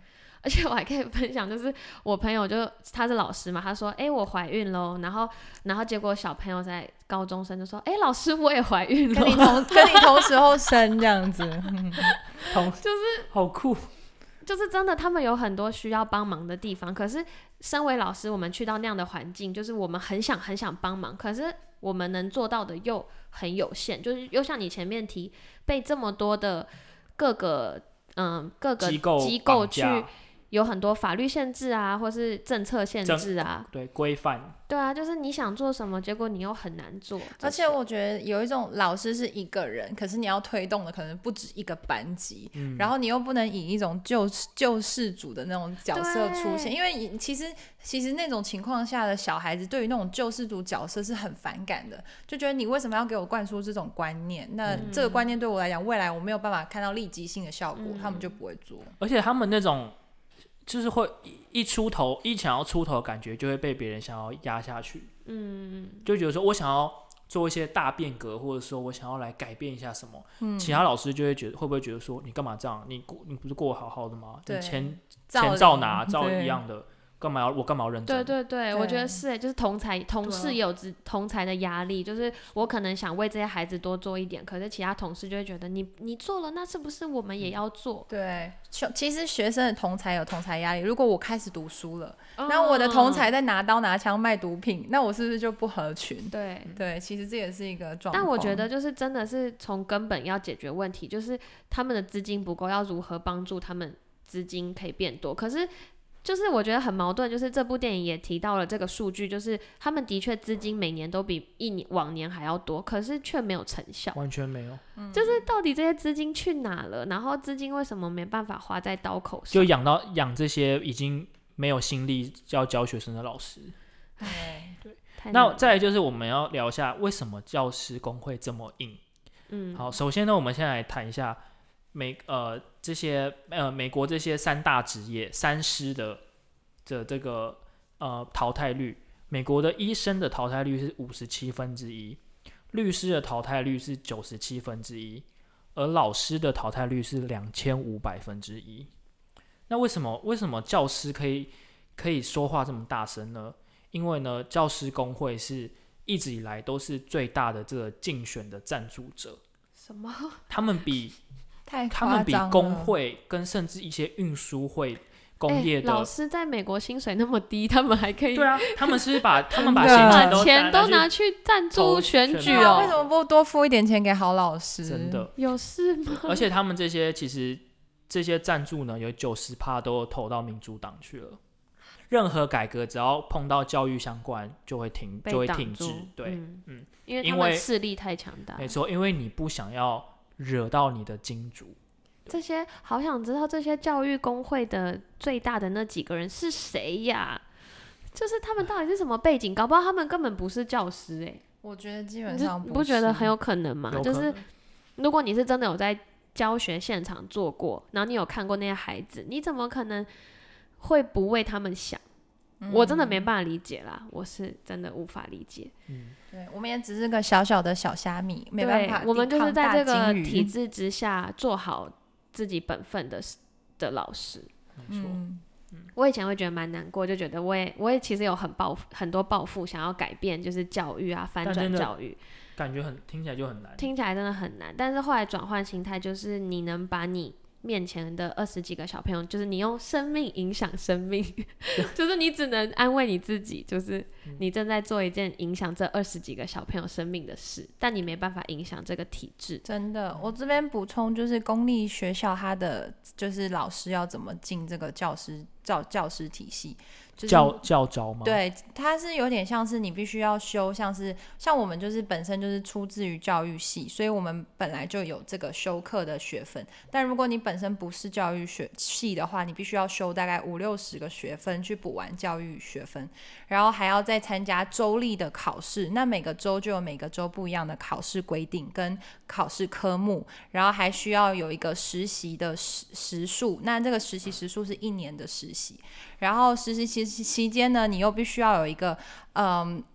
而且我还可以分享，就是我朋友他是老师嘛，他说我怀孕咯，然后结果小朋友在高中生就说老师我也怀孕咯， 跟你同时候生这样子就是好酷， 就是真的他们有很多需要帮忙的地方，可是身为老师我们去到那样的环境，就是我们很想帮忙，可是我们能做到的又很有限，就是又像你前面提被这么多的各个机构去有很多法律限制啊，或是政策限制啊， 对，规范， 对啊，就是你想做什么，结果你又很难做。 而且我觉得有一种老师是一个人，可是你要推动的可能不止一个班级，然后你又不能以一种救世主的那种角色出现，因为其实那种情况下的小孩子对于那种救世主角色是很反感的，就觉得你为什么要给我灌输这种观念？那这个观念对我来讲，未来我没有办法看到立即性的效果，他们就不会做。 而且他们那种就是会一想要出头的感觉，就会被别人想要压下去。就觉得说我想要做一些大变革，或者说我想要来改变一下什么，其他老师就会会不会觉得说你干嘛这样？你不是过得好好的吗？你钱照拿，照一样的。我干嘛要认真？ 对，我觉得是就是同事也有同才的压力，就是我可能想为这些孩子多做一点，可是其他同事就会觉得你做了，那是不是我们也要做？ 对，其实学生的同才有同才压力。如果我开始读书了，然后我的同才在拿刀拿枪卖毒品，那我是不是就不合群？对，其实这也是一个状况。 但我觉得就是真的是从根本要解决问题，就是他们的资金不够，要如何帮助他们资金可以变多？可是就是我觉得很矛盾，就是这部电影也提到了这个数据，就是他们的确资金每年都比往年还要多，可是却没有成效， 完全没有。 就是到底这些资金去哪了？然后资金为什么没办法花在刀口上？ 就养这些已经没有心力要教学生的老师。对。那再来就是我们要聊一下为什么教师工会这么硬。好，首先呢，我们先来谈一下美国这些三大职业三师的这个淘汰率，美国的医生的淘汰率是57%，律师的淘汰率是97%，而老师的淘汰率是2500%。那为什么教师可以说话这么大声呢？因为呢，教师工会是一直以来都是最大的这个竞选的赞助者。 什么？ 他们比工会跟甚至一些运输会工业的、 老师在美国薪水那么低，他们还可以？ 对啊，他们是把钱都拿去赞助选举哦。为什么不多付一点钱给好老师？ 真的有事吗？ 而且他们这些赞助呢，有90%都投到民主党去了。任何改革只要碰到教育相关，就会停滞。对， 因为他们势力太强大。 没错，因为你不想要惹到你的金主。 这些好想知道这些教育工会的最大的那几个人是谁呀？就是他们到底是什么背景？搞不好他们根本不是教师我觉得基本上不是。 你不觉得很有可能吗？就是如果你是真的有在教学现场做过，然后你有看过那些孩子，你怎么可能会不为他们想？我真的没办法理解啦，我是真的无法理解。 对，我们也只是个小小的小虾米，没办法。 我们就是在这个体制之下做好自己本分的老师。 没错。 我以前会觉得蛮难过，就觉得我也其实有很多抱负，想要改变就是教育啊，翻转教育， 感觉听起来就很难， 听起来真的很难。但是后来转换心态，就是你能把你面前的20几个小朋友，就是你用生命影响生命，就是你只能安慰你自己，就是你正在做一件影响这20几个小朋友生命的事，但你没办法影响这个体制。 真的，我这边补充就是公立学校它的就是老师要怎么进这个教师体系。就是、 教招吗？ 对，它是有点像是你必须要修，像我们就是本身就是出自于教育系，所以我们本来就有这个修课的学分。但如果你本身不是教育系的话，你必须要修大概50-60个学分去补完教育学分，然后还要再参加州立的考试。那每个州就有每个州不一样的考试规定跟考试科目，然后还需要有一个实习的时数。那这个实习时数是1年的实习。然后实习期间呢，你又必须要有一个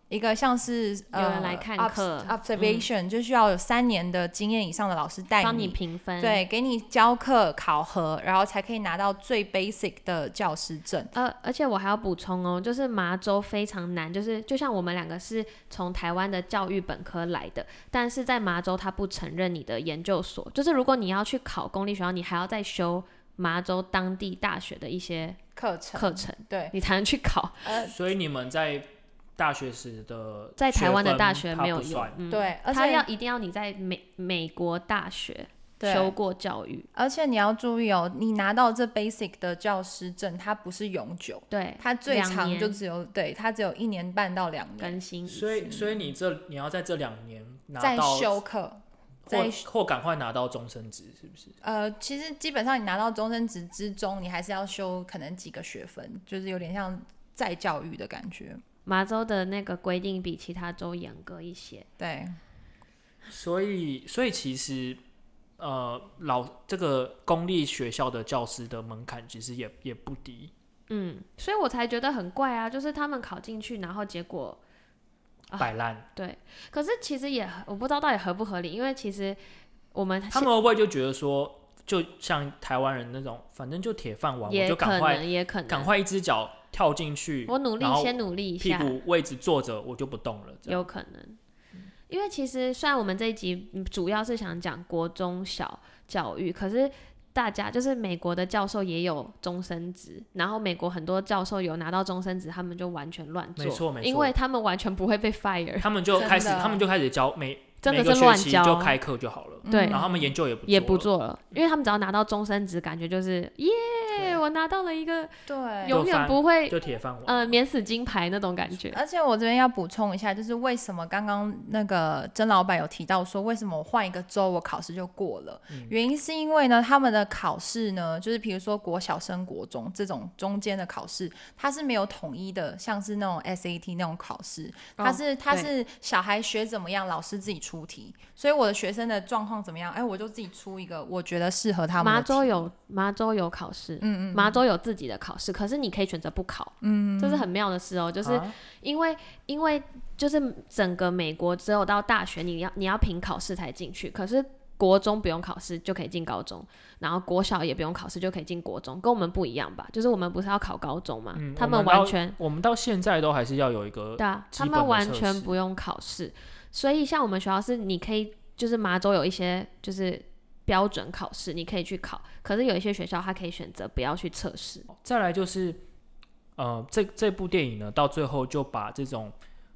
一个像是有人来看课 observation，就需要有3年的经验以上的老师带你， 帮你评分， 对，给你教课考核，然后才可以拿到最 basic 的教师证。 而且我还要补充哦，就是麻州非常难，就是就像我们2个是从台湾的教育本科来的，但是在麻州他不承认你的研究所，就是如果你要去考公立学校，你还要再修麻州当地大学的一些课程， 对， 你才能去考。 所以你们在大学时的在台湾的大学没有用， 对，而且他一定要你在美国大学修过教育， 而且你要注意哦，你拿到这 basic 的教师证，它不是永久， 对， 它最长就只有它只有1年半到2年更新一次， 所以你要在这2年拿再到修课。 或赶快拿到终身职，是不是？ 其实基本上你拿到终身职之中，你还是要修可能几个学分，就是有点像再教育的感觉。 麻州的那个规定比其他州严格一些， 对。 所以其实这个公立学校的教师的门槛其实也不低。 所以我才觉得很怪啊，就是他们考进去，然后结果摆烂， 对，可是其实我不知道到底合不合理，因为其实他们会不会就觉得说，就像台湾人那种，反正就铁饭碗，我就赶快一只脚跳进去， 我先努力一下， 屁股位置坐着我就不动了， 有可能。因为其实虽然我们这一集主要是想讲国中小教育，可是大家就是美国的教授也有终身职，然后美国很多教授有拿到终身职，他们就完全乱做， 没错， 因为他们完全不会被 fire， 他们就开始教真的是乱教， 就开课就好了， 对， 然后他们研究也不做了，因为他们只要拿到终身职，感觉就是耶，我拿到了一个对永远不会就铁饭碗， 免死金牌那种感觉。 而且我这边要补充一下，就是为什么刚刚那个曾老板有提到说，为什么我换一个州我考试就过了？原因是因为呢，他们的考试呢，就是比如说国小升国中这种中间的考试，它是没有统一的，像是那种 SAT 那种考试，它是小孩学怎么样，老师自己出题，所以我的学生的状况怎么样，我就自己出一个我觉得适合他们的题。 麻州有考试，麻州有自己的考试，可是你可以选择不考，这是很妙的事哦，就是因为就是整个美国只有到大学你要凭考试才进去，可是国中不用考试就可以进高中，然后国小也不用考试就可以进国中，跟我们不一样吧？就是我们不是要考高中嘛，他们完全我们到现在都还是要有一个， 对啊，他们完全不用考试，所以像我们学校是你可以就是麻州有一些就是标准考试你可以去考，可是有一些学校它可以选择不要去测试。 再来就是这部电影呢到最后就把这种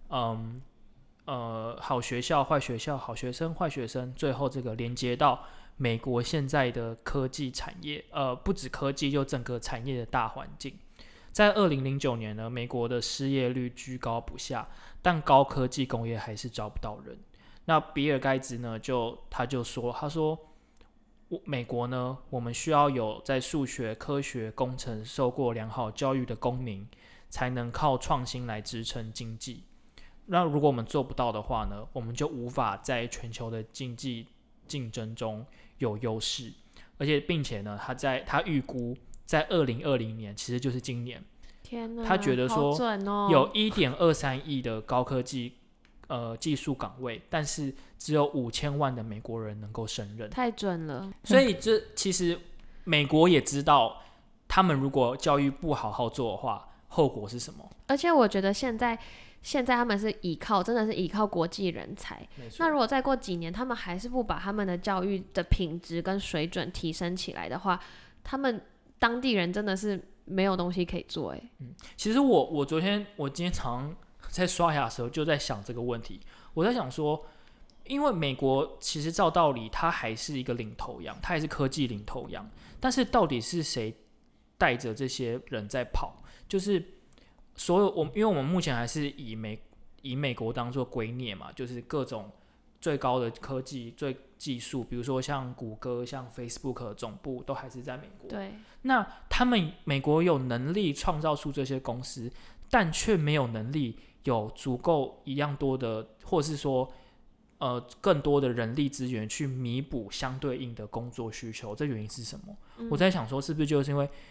好学校坏学校，好学生坏学生，最后这个连接到美国现在的科技产业，不止科技，就整个产业的大环境。在2009年呢，美国的失业率居高不下，但高科技工业还是招不到人。那比尔盖茨呢，他说美国呢，我们需要有在数学、科学、工程受过良好教育的公民，才能靠创新来支撑经济。那如果我们做不到的话呢，我们就无法在全球的经济竞争中有优势。而且并且呢，他预估在2020年，其实就是今年， 天哪， 他觉得说有 1.23 亿的高科技技术岗位，但是只有5000万的美国人能够胜任，太准了。 所以这其实美国也知道，他们如果教育不好好做的话，后果是什么。 而且我觉得现在他们是真的是依靠国际人才。那如果再过几年，他们还是不把他们的教育的品质跟水准提升起来的话，他们当地人真的是没有东西可以做。 其实我今天早上在刷牙的时候就在想这个问题，我在想说，因为美国其实照道理它还是一个领头羊，它还是科技领头羊，但是到底是谁带着这些人在跑？就是因为我们目前还是以美国当作圭臬嘛，就是各种最高的科技、最技术，比如说像谷歌、像 Facebook 的总部都还是在美国。 对， 那美国有能力创造出这些公司，但却没有能力有足够一样多的，或是说更多的人力资源去弥补相对应的工作需求，这原因是什么？我在想说，是不是就是因为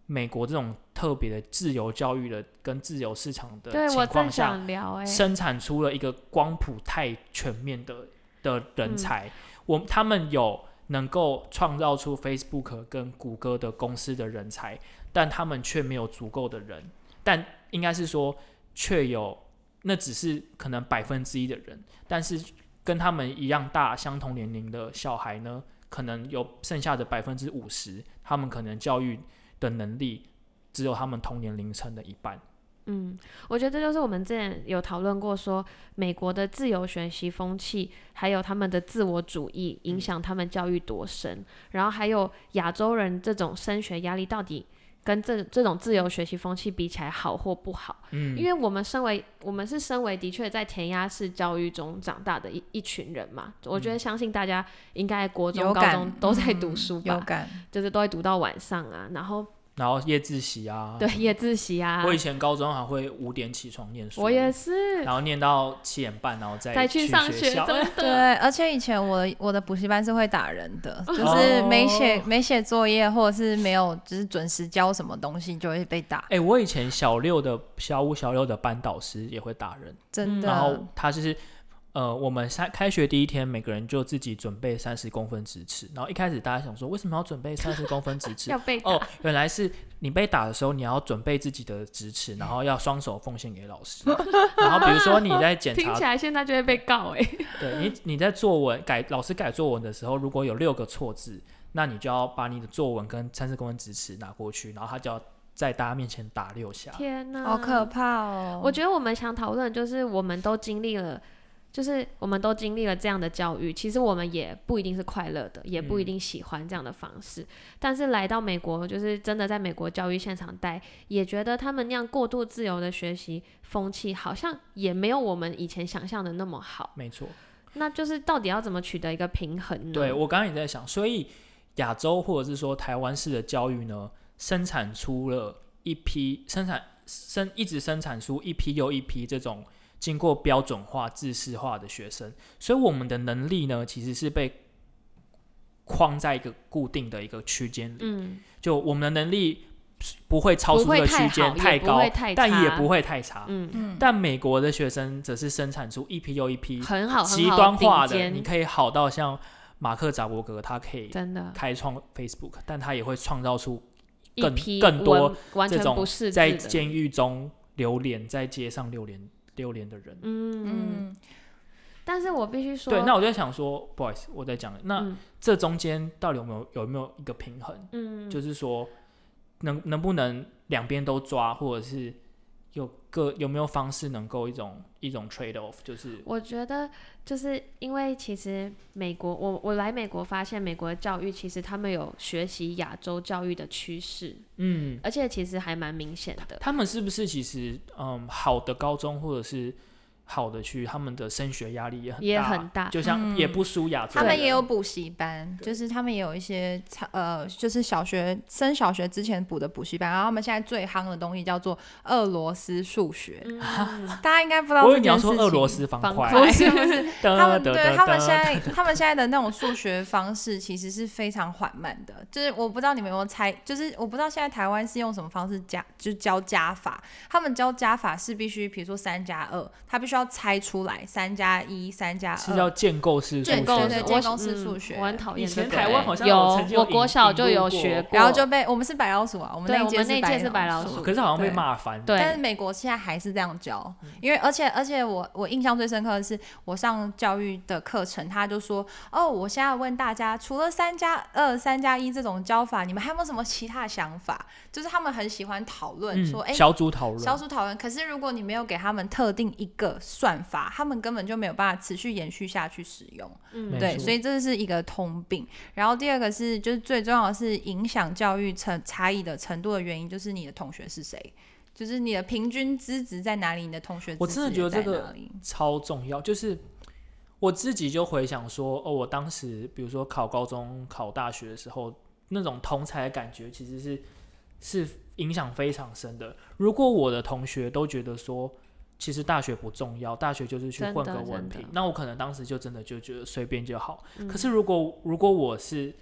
美国这种特别的自由教育的跟自由市场的对， 情况下， 我正想聊生产出了一个光谱太全面的人才，他们有能够创造出 Facebook 跟谷歌的公司的人才，但他们却没有足够的人，但应该是说却有，那只是可能1%的人，但是跟他们一样大相同年龄的小孩呢，可能有剩下的50%，他们可能教育的能力只有他们同年龄层的一半。 我觉得这就是我们之前有讨论过说，美国的自由学习风气还有他们的自我主义影响他们教育多深，然后还有亚洲人这种升学压力到底跟这种自由学习风气比起来好或不好。因为我们身为的确在填鸭式教育中长大的一群人嘛，我觉得相信大家应该国中高中都在读书吧， 有感， 就是都会读到晚上啊， 然后夜自习啊， 对，夜自习啊。 我以前高中还会5点起床念书， 我也是， 然后念到7点半，然后再去上学，真的。 对，而且以前我的补习班是会打人的，就是没写作业或者是没有就是准时交什么东西就会被打。 我以前小5、小6的班导师也会打人， 真的。 然后他就是我们开学第一天，每个人就自己准备30公分直尺。然后一开始大家想说，为什么要准备30公分直尺？ 要被打。 原来是你被打的时候，你要准备自己的直尺，然后要双手奉献给老师。然后比如说你在检查， 听起来现在就会被告对，你在作文老师改作文的时候，如果有6个错字，那你就要把你的作文跟30公分直尺拿过去，然后他就要在大家面前打6下。 天哪， 好可怕哦！ 我觉得我们想讨论的就是我们都经历了这样的教育，其实我们也不一定是快乐的，也不一定喜欢这样的方式，但是来到美国，就是真的在美国教育现场待，也觉得他们那样过度自由的学习风气好像也没有我们以前想象的那么好。 没错， 那就是到底要怎么取得一个平衡呢？ 对，我刚刚也在想，所以亚洲或者是说台湾式的教育呢，生产出了一批一直生产出一批又一批这种经过标准化、制式化的学生，所以我们的能力呢，其实是被框在一个固定的一个区间里。就我们的能力不会超出这个区间太高，但也不会太差。但美国的学生则是生产出一批又一批很好极端化的，你可以好到像马克扎伯格，他可以开创 Facebook， 但他也会创造出更多这种在监狱中流连，在街上流连的人。 但是我必须说， 对，那我就在想说，不好意思，我在讲，那这中间到底有没有一个平衡？就是说能不能两边都抓，或者是有没有方式能够一种 trade off？ 就是我觉得就是因为其实美国，我来美国发现美国的教育其实他们有学习亚洲教育的趋势，而且其实还蛮明显的。 他们是不是其实好的高中或者是好的区，他们的升学压力也很大，就像也不输亚洲。 他们也有补习班，就是他们也有一些就是升小学之前补的补习班，然后他们现在最夯的东西叫做俄罗斯数学，大家应该不知道这件事情。 我以为你要说俄罗斯方块， 不是他们现在的那种数学方式其实是非常缓慢的，就是我不知道你们有没有猜，就是我不知道现在台湾是用什么方式就是教加法，他们教加法是必须比如说3+2，他必须要猜出来3+1、3+2，是叫建构式数学。 建构式数学， 我很讨厌。 以前台湾好像我国小就有学过， 然后就被我们是白老鼠啊，我们那一届是白老鼠， 可是好像被骂翻。 对，但是美国现在还是这样教，因为而且我印象最深刻的是，我上教育的课程，他就说我现在问大家，除了3+2、3+1这种教法，你们还有没有什么其他的想法？就是他们很喜欢讨论，说小组讨论。 可是如果你没有给他们特定一个算法，他们根本就没有办法持续延续下去使用。对，所以这是一个通病。然后第二个是，就是最重要的是影响教育差异的程度的原因，就是你的同学是谁，就是你的平均资质在哪里，你的同学资质在哪里。 我真的觉得这个超重要，就是我自己就回想说，我当时比如说考高中、考大学的时候，那种同侪的感觉其实是影响非常深的。如果我的同学都觉得说，其实大学不重要，大学就是去混个文凭，那我可能当时就真的就觉得随便就好。可是如果我是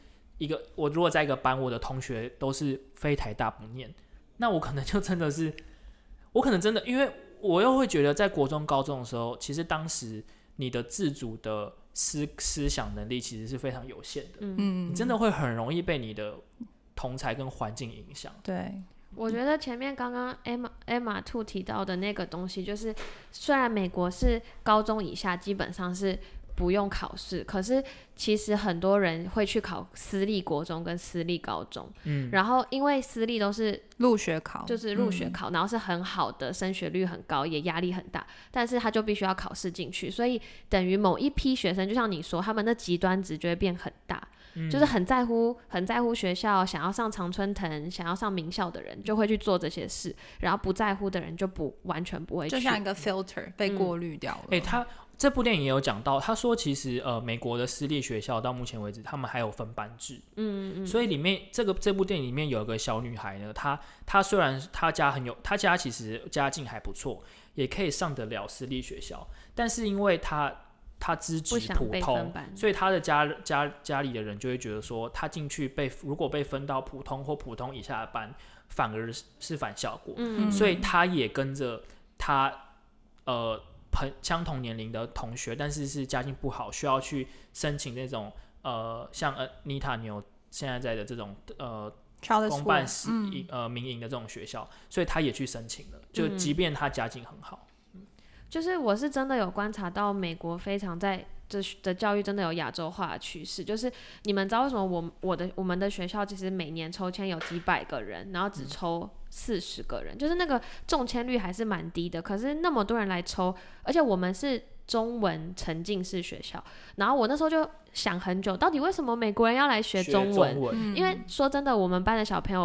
我如果在一个班，我的同学都是非台大不念，那我可能就真的是，我可能真的，因为我又会觉得在国中高中的时候，其实当时你的自主的思想能力其实是非常有限的，你真的会很容易被你的同侪跟环境影响。 对， 我觉得前面刚刚 Emma Two 提到的那个东西，就是虽然美国是高中以下基本上是不用考试，可是其实很多人会去考私立国中跟私立高中，然后因为私立都是入学考， 就是入学考，然后是很好的，升学率很高，也压力很大，但是他就必须要考试进去，所以等于某一批学生，就像你说，他们的极端值就会变很大，就是很在乎学校，想要上常春藤，想要上名校的人就会去做这些事，然后不在乎的人就完全不会去， 就像一个 filter 被过滤掉了。 他这部电影也有讲到，他说其实美国的私立学校到目前为止，他们还有分班制，所以里面这部电影里面有一个小女孩呢，她虽然她家其实家境还不错，也可以上得了私立学校，但是因为她资质普通，所以她的家里的人就会觉得说，她进去如果被分到普通或普通以下的班，反而是反效果，所以她也跟着她相同年龄的同学，但是是家境不好，需要去申请那种像Nita 牛现在在的这种公办民营的这种学校，所以他也去申请了，就即便他家境很好。 就是我是真的有观察到美国非常在的教育真的有亚洲化的趋势，就是你们知道为什么我们的学校其实每年抽签有几百个人，然后只抽40个人，就是那个中签率还是蛮低的，可是那么多人来抽，而且我们是中文沉浸式学校，然后我那时候就想很久，到底为什么美国人要来学中文？因为说真的，我们班的小朋友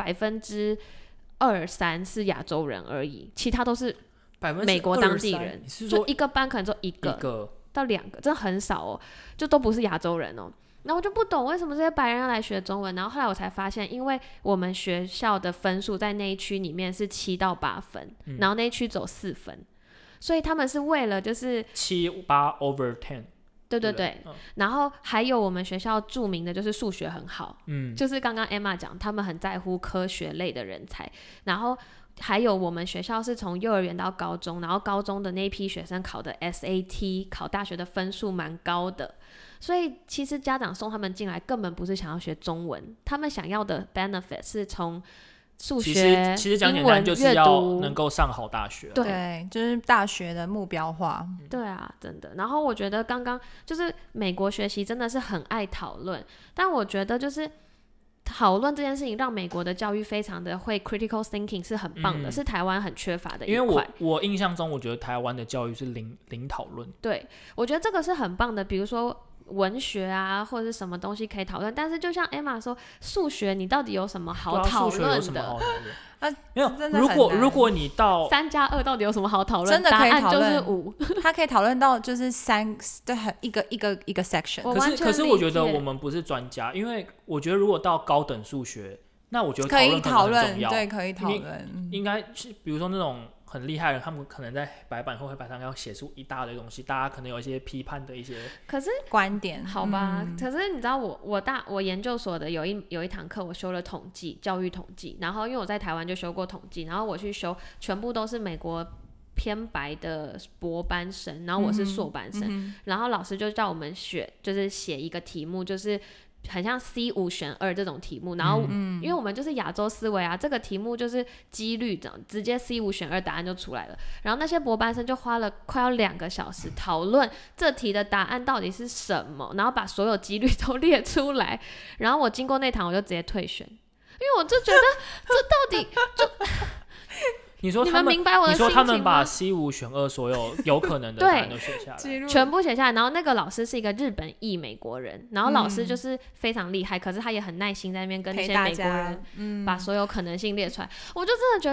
2%-3%是亚洲人而已，其他都是美国当地人，就一个班可能就一个到2个，真的很少哦，就都不是亚洲人哦。然后我就不懂为什么这些白人要来学中文，然后后来我才发现，因为我们学校的分数在那一区里面是7到8分，然后那一区走4分，所以他们是为了就是 7-8 over 10。 对，然后还有我们学校著名的就是数学很好，就是刚刚 Emma 讲，他们很在乎科学类的人才，然后还有我们学校是从幼儿园到高中，然后高中的那一批学生考的 SAT 考大学的分数蛮高的，所以其实家长送他们进来根本不是想要学中文，他们想要的 benefit 是从数学、 其实讲简单就是要能够上好大学， 对，就是大学的目标化。 对啊，真的。然后我觉得刚刚就是美国学习真的是很爱讨论，但我觉得就是讨论这件事情让美国的教育非常的会 critical thinking 是很棒的，是台湾很缺乏的一块。 因为我印象中，我觉得台湾的教育是零讨论。 对，我觉得这个是很棒的，比如说文学啊，或者是什么东西可以讨论，但是就像 Emma 说，数学你到底有什么好讨论的？ 没有，如果你到 3+2到底有什么好讨论？ 真的可以讨论， 答案就是5。 它可以讨论到就是一个 section。 可是我觉得我们不是专家，因为我觉得如果到高等数学，那我觉得讨论很重要。 对，可以讨论。 应该是比如说那种很厉害的人，他们可能在白板或黑板上要写出一大堆东西，大家可能有一些批判的一些观点， 好吧？可是你知道我研究所的有一堂课，我修了教育统计，然后因为我在台湾就修过统计，然后我去修全部都是美国偏白的博班生，然后我是硕班生，然后老师就叫我们就是写一个题目，就是很像 C5 选2这种题目，然后因为我们就是亚洲思维啊，这个题目就是几率的，直接 C5 选2答案就出来了。然后那些博班生就花了快要2个小时讨论这题的答案到底是什么，然后把所有几率都列出来。然后我经过那堂我就直接退选，因为我就觉得这到底就你们明白我的心情吗？ 你说他们把 C5 选2所有有可能的答案都写下来， 全部写下来。然后那个老师是一个日本裔美国人，然后老师就是非常厉害，可是他也很耐心在那边跟那些美国人把所有可能性列出来。我就真的觉得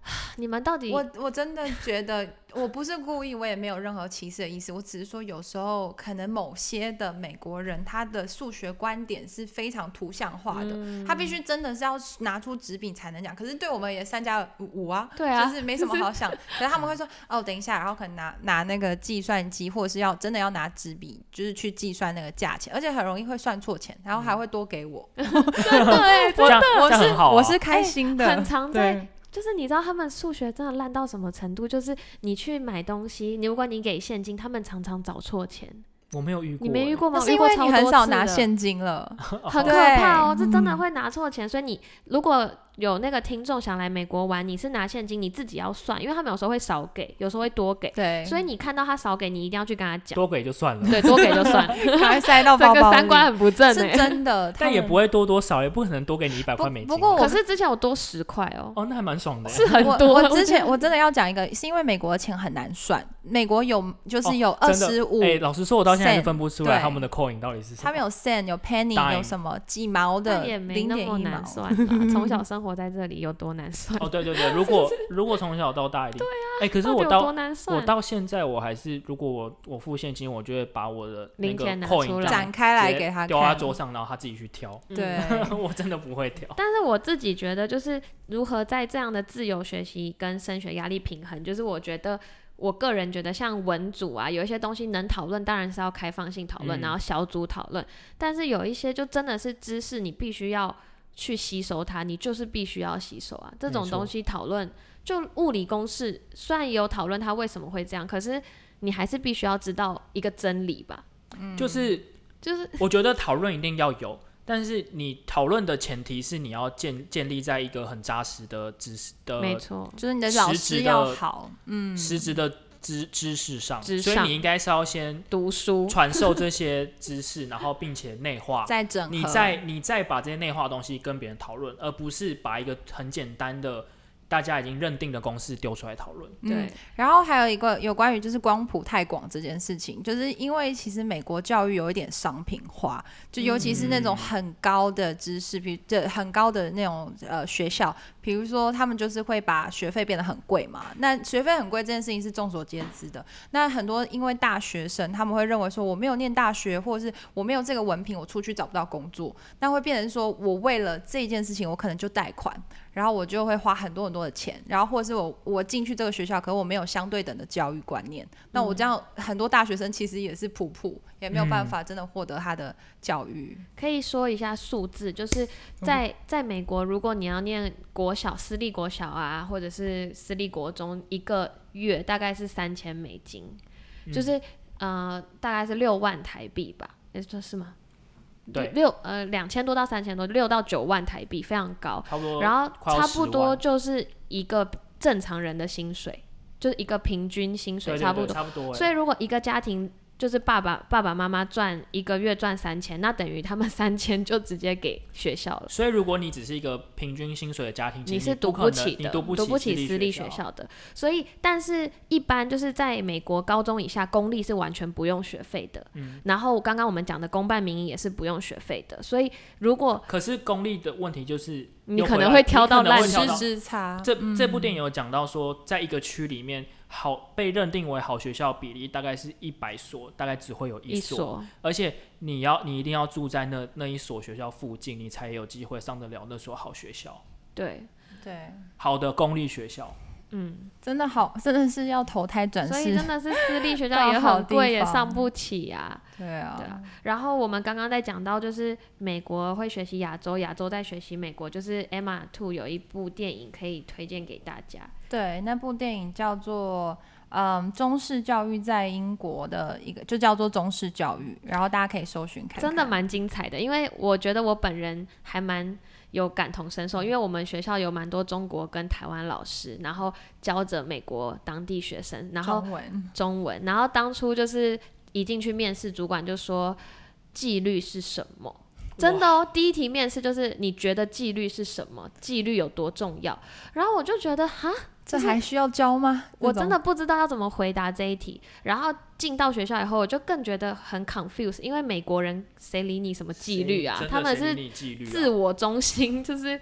你们到底我真的觉得我不是故意，我也没有任何歧视的意思，我只是说有时候可能某些的美国人他的数学观点是非常图像化的，他必须真的是要拿出纸笔才能讲，可是对我们也3+5啊， 对啊， 就是没什么好想可是他们会说哦等一下，然后可能拿那个计算机，或者是真的要拿纸笔就是去计算那个价钱，而且很容易会算错钱，然后还会多给我真的真的我是开心的， 很常在就是你知道他们数学真的烂到什么程度，就是你去买东西，如果你给现金，他们常常找错钱。 我没有遇过， 你没遇过吗？ 是因为你很少拿现金了， 很可怕哦，这真的会拿错钱。所以你如果有那个听众想来美国玩，你是拿现金，你自己要算，因为他们有时候会少给，有时候会多给， 对， 所以你看到他少给，你一定要去跟他讲， 多给就算了， 对，多给就算， 还塞到包包里， 这个三观很不正， 是真的， 但也不会多少，也不可能多给你100块美金。 不过可是之前有多10块哦， 那还蛮爽的， 是很多。 我之前我真的要讲一个，是因为美国的钱很难算，美国就是有25， 老实说，我到现在是分不出来他们的 coin 到底是什么。 他们有 cent 有 penny 有什么几毛的， 也没那么难算啦。从小生活在这里有多难算？ 对，如果从小到大一定对啊。可是我到现在我还是，如果我付现金，我就会把我的那个 coin 展开来给他看， 丢在桌上，然后他自己去挑。 对， 我真的不会挑。 但是我自己觉得，就是如何在这样的自由学习跟升学压力平衡，就是我觉得。我个人觉得像文组啊，有一些东西能讨论当然是要开放性讨论，然后小组讨论，但是有一些就真的是知识你必须要去吸收它，你就是必须要吸收啊。这种东西讨论，就物理公式虽然也有讨论它为什么会这样，可是你还是必须要知道一个真理吧。 就是我觉得讨论一定要有，但是你讨论的前提是你要建立在一个很扎实的知识的， 没错， 就是你的老师要好， 实质的知识上，所以你应该是要先读书传授这些知识，然后并且内化， 再整合， 你再把这些内化的东西跟别人讨论，而不是把一个很简单的大家已经认定的公式丢出来讨论。 对， 然后还有一个有关于就是光谱太广这件事情，就是因为其实美国教育有一点商品化，就尤其是那种很高的知识，比如很高的那种学校，比如说他们就是会把学费变得很贵嘛。那学费很贵这件事情是众所皆知的。那很多因为大学生他们会认为说我没有念大学，或者是我没有这个文凭，我出去找不到工作，那会变成说我为了这件事情我可能就贷款。然后我就会花很多很多的钱，然后或者是我进去这个学校，可是我没有相对等的教育观念，那我这样很多大学生其实也是普，也没有办法真的获得他的教育。 可以说一下数字，就是在美国，如果你要念国小、私立国小啊，或者是私立国中，一个月大概是$3000，就是大概是6万台币吧？是吗？ 对 ，2000多到3000多，6到9万台币，非常高， 差不多， 然后差不多就是一个正常人的薪水，就是一个平均薪水，差不多。 差不多。 所以如果一个家庭就是爸爸妈妈一个月赚3000，那等于他们3000就直接给学校了。 所以如果你只是一个平均薪水的家庭， 你是读不起的， 你读不起私立学校的。所以，但是一般就是在美国高中以下，公立是完全不用学费的。然后刚刚我们讲的公办民营也是不用学费的。所以如果可是公立的问题就是你可能会挑到烂师资差。 这部电影有讲到说，在一个区里面。被认定为好学校比例大概是100所，大概只会有一所，而且你一定要住在那一所学校附近，你才有机会上得了那所好学校。 对， 好的公立学校， 真的好，真的是要投胎转世， 所以真的是私立学校也很贵，也上不起啊。 对啊。 然后我们刚刚在讲到，就是美国会学习亚洲，亚洲在学习美国，就是 Emma 2有一部电影可以推荐给大家。 对，那部电影叫做中式教育在英国的一个，就叫做中式教育，然后大家可以搜寻看看， 真的蛮精彩的。因为我觉得我本人还蛮有感同身受，因为我们学校有蛮多中国跟台湾老师，然后教着美国当地学生，然后中文，然后当初就是一进去面试，主管就说纪律是什么。真的哦，第一题面试就是你觉得纪律是什么？纪律有多重要？然后我就觉得哈， 这还需要教吗？ 我真的不知道要怎么回答这一题。然后进到学校以后，我就更觉得很 confused， 因为美国人谁理你什么纪律啊？他们是自我中心，就是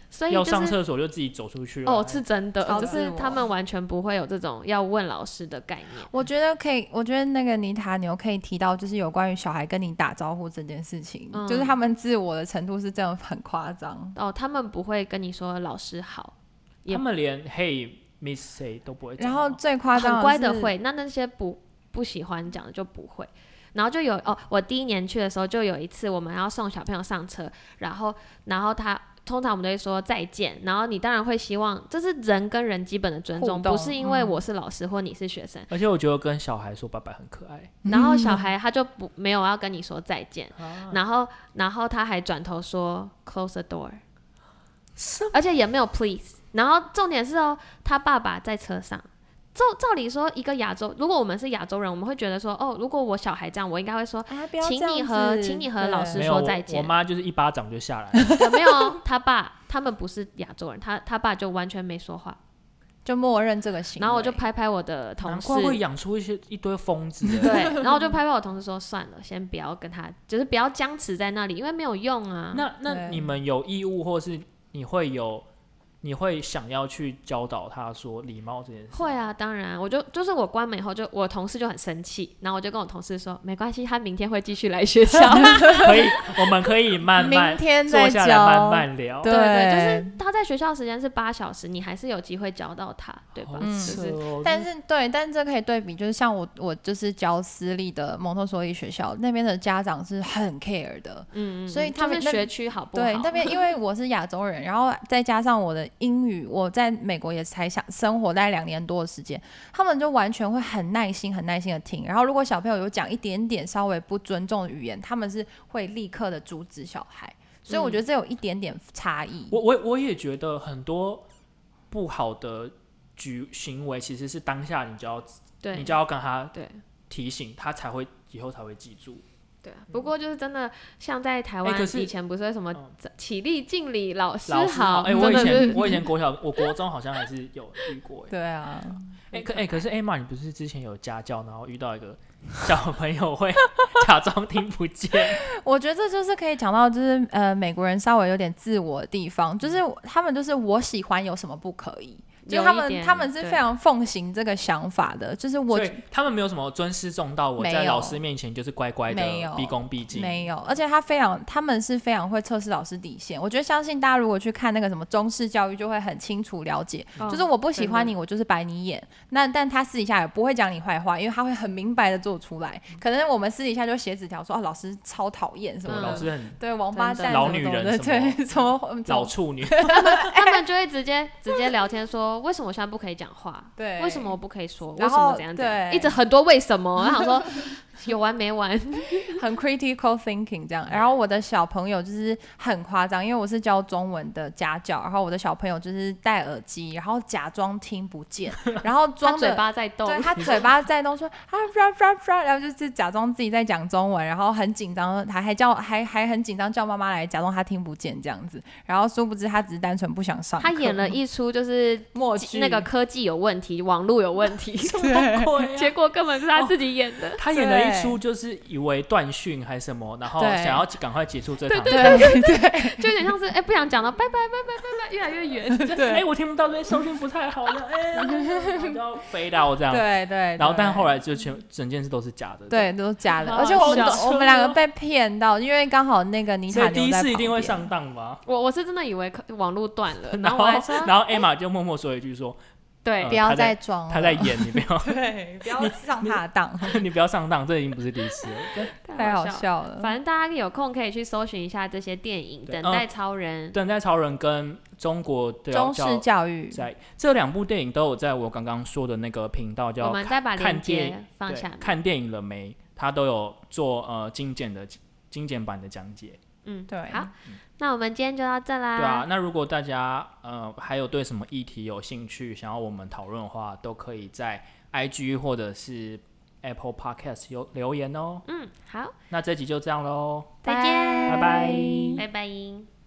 所以、 要上厕所就自己走出去了。 是真的，就是他们完全不会有这种要问老师的概念。 我觉得那个妮塔牛可以提到，就是有关于小孩跟你打招呼这件事情，就是他们自我的程度是真的很夸张。 他们不会跟你说老师好， 他们连 Hey Miss 谁都不会讲。 然后最夸张的是很乖的会，那些不喜欢讲的就不会。然后就有我第1年去的时候，就有一次我们要送小朋友上车，然后他通常我们都会说再见，然后你当然会希望这是人跟人基本的尊重，不是因为我是老师或你是学生。 而且我觉得跟小孩说拜拜很可爱。 然后小孩他就没有要跟你说再见，然后他还转头说 close the door， 而且也没有 please。然后重点是他爸爸在车上。照理说，一个亚洲，如果我们是亚洲人，我们会觉得说，如果我小孩这样，我应该会说，请你和老师说再见。 我妈就是一巴掌就下来了。 没有，他们不是亚洲人，他爸就完全没说话， 就默认这个行为。 然后我就拍我的同事， 难怪会养出一堆疯子。 对，然后我就拍我同事说，算了，先不要跟他，就是不要僵持在那里，因为没有用啊。 那你们有义务，或是你会想要去教导他说礼貌这件事？ 会啊，当然，就是我关门以后，我同事就很生气，然后我就跟我同事说，没关系，他明天会继续来学校。 我们可以慢慢明天再坐下来慢慢聊。 对，就是他在学校时间是8小时，你还是有机会教到他，对吧？ 但是这可以对比，就是像我就是教私立的蒙特梭利学校，那边的家长是很 care 的，所以他们就是学区好不好？ 对，那边因为我是亚洲人，然后再加上我的英语，我在美国也才生活大概2年多的时间，他们就完全会很耐心的听，然后如果小朋友有讲一点点稍微不尊重的语言，他们是会立刻的阻止小孩，所以我觉得这有一点点差异。 我也觉得很多不好的行为其实是当下你就要跟他提醒，他以后才会记住。 对啊，不过就是真的，像在台湾以前不是什么起立敬礼，老师好。 我以前我国中好像还是有遇过。 对啊。 可是 Emma 你不是之前有家教，然后遇到一个小朋友会假装听不见？ 我觉得这就是可以讲到，就是美国人稍微有点自我的地方，就是他们就是我喜欢有什么不可以。就他们是非常奉行这个想法的，就是所以他们没有什么尊师重道，我在老师面前就是乖乖的毕恭毕敬， 没有。而且他们是非常会测试老师底线。我觉得相信大家如果去看那个什么中式教育，就会很清楚了解，就是我不喜欢你，我就是白你眼。但他私底下也不会讲你坏话，因为他会很明白的做出来。可能我们私底下就写纸条说老师超讨厌什么的， 老师很对王八蛋、 老女人对什么老处女， 他们就会直接聊天说。为什么我现在不可以讲话？ 对， 为什么我不可以说？为什么怎样？ 对， 一直很多为什么。我想说，有完没完？ 很 critical thinking 这样。然后我的小朋友就是很夸张，因为我是教中文的家教，然后我的小朋友就是戴耳机，然后假装听不见，然后装他嘴巴在动， 对他嘴巴在动，说然后就是假装自己在讲中文，然后很紧张，还很紧张叫妈妈来假装他听不见这样子。然后殊不知他只是单纯不想上课。 他演了一出就是默剧， 那个科技有问题，网络有问题，结果根本是他自己演的。 他演了一出就是以为断讯还是什么，然后想要赶快结束这堂课， 对，就有点像是不想讲了，拜拜，越来越远。 对，我听不到，收讯不太好了，然后就要飞到这样。 对。 然后但后来就整件事都是假的， 对，都是假的。而且我们2个被骗到，因为刚好那个妮塔牛在旁边。所以第一次一定会上当吗？ 我是真的以为网络断了，然后我还说， 然后 Emma 就默默说一句说。 对， 不要再装了， 他在演，你不要对，不要上他的当， 你不要上当，这已经不是第一次了， 太好笑了。 反正大家有空可以去搜寻一下这些电影，等待超人》 跟中国的中式教育， 在这2部电影都有在我刚刚说的那个频道叫我们再把链接放下面， 看电影了没？他都有做精简版的讲解。 对， 好，那我们今天就到这啦。 对啊，那如果大家还有对什么议题有兴趣，想要我们讨论的话，都可以在 IG 或者是 Apple Podcast 留言哦。 好， 那这集就这样咯， 再见， 拜拜， 拜拜。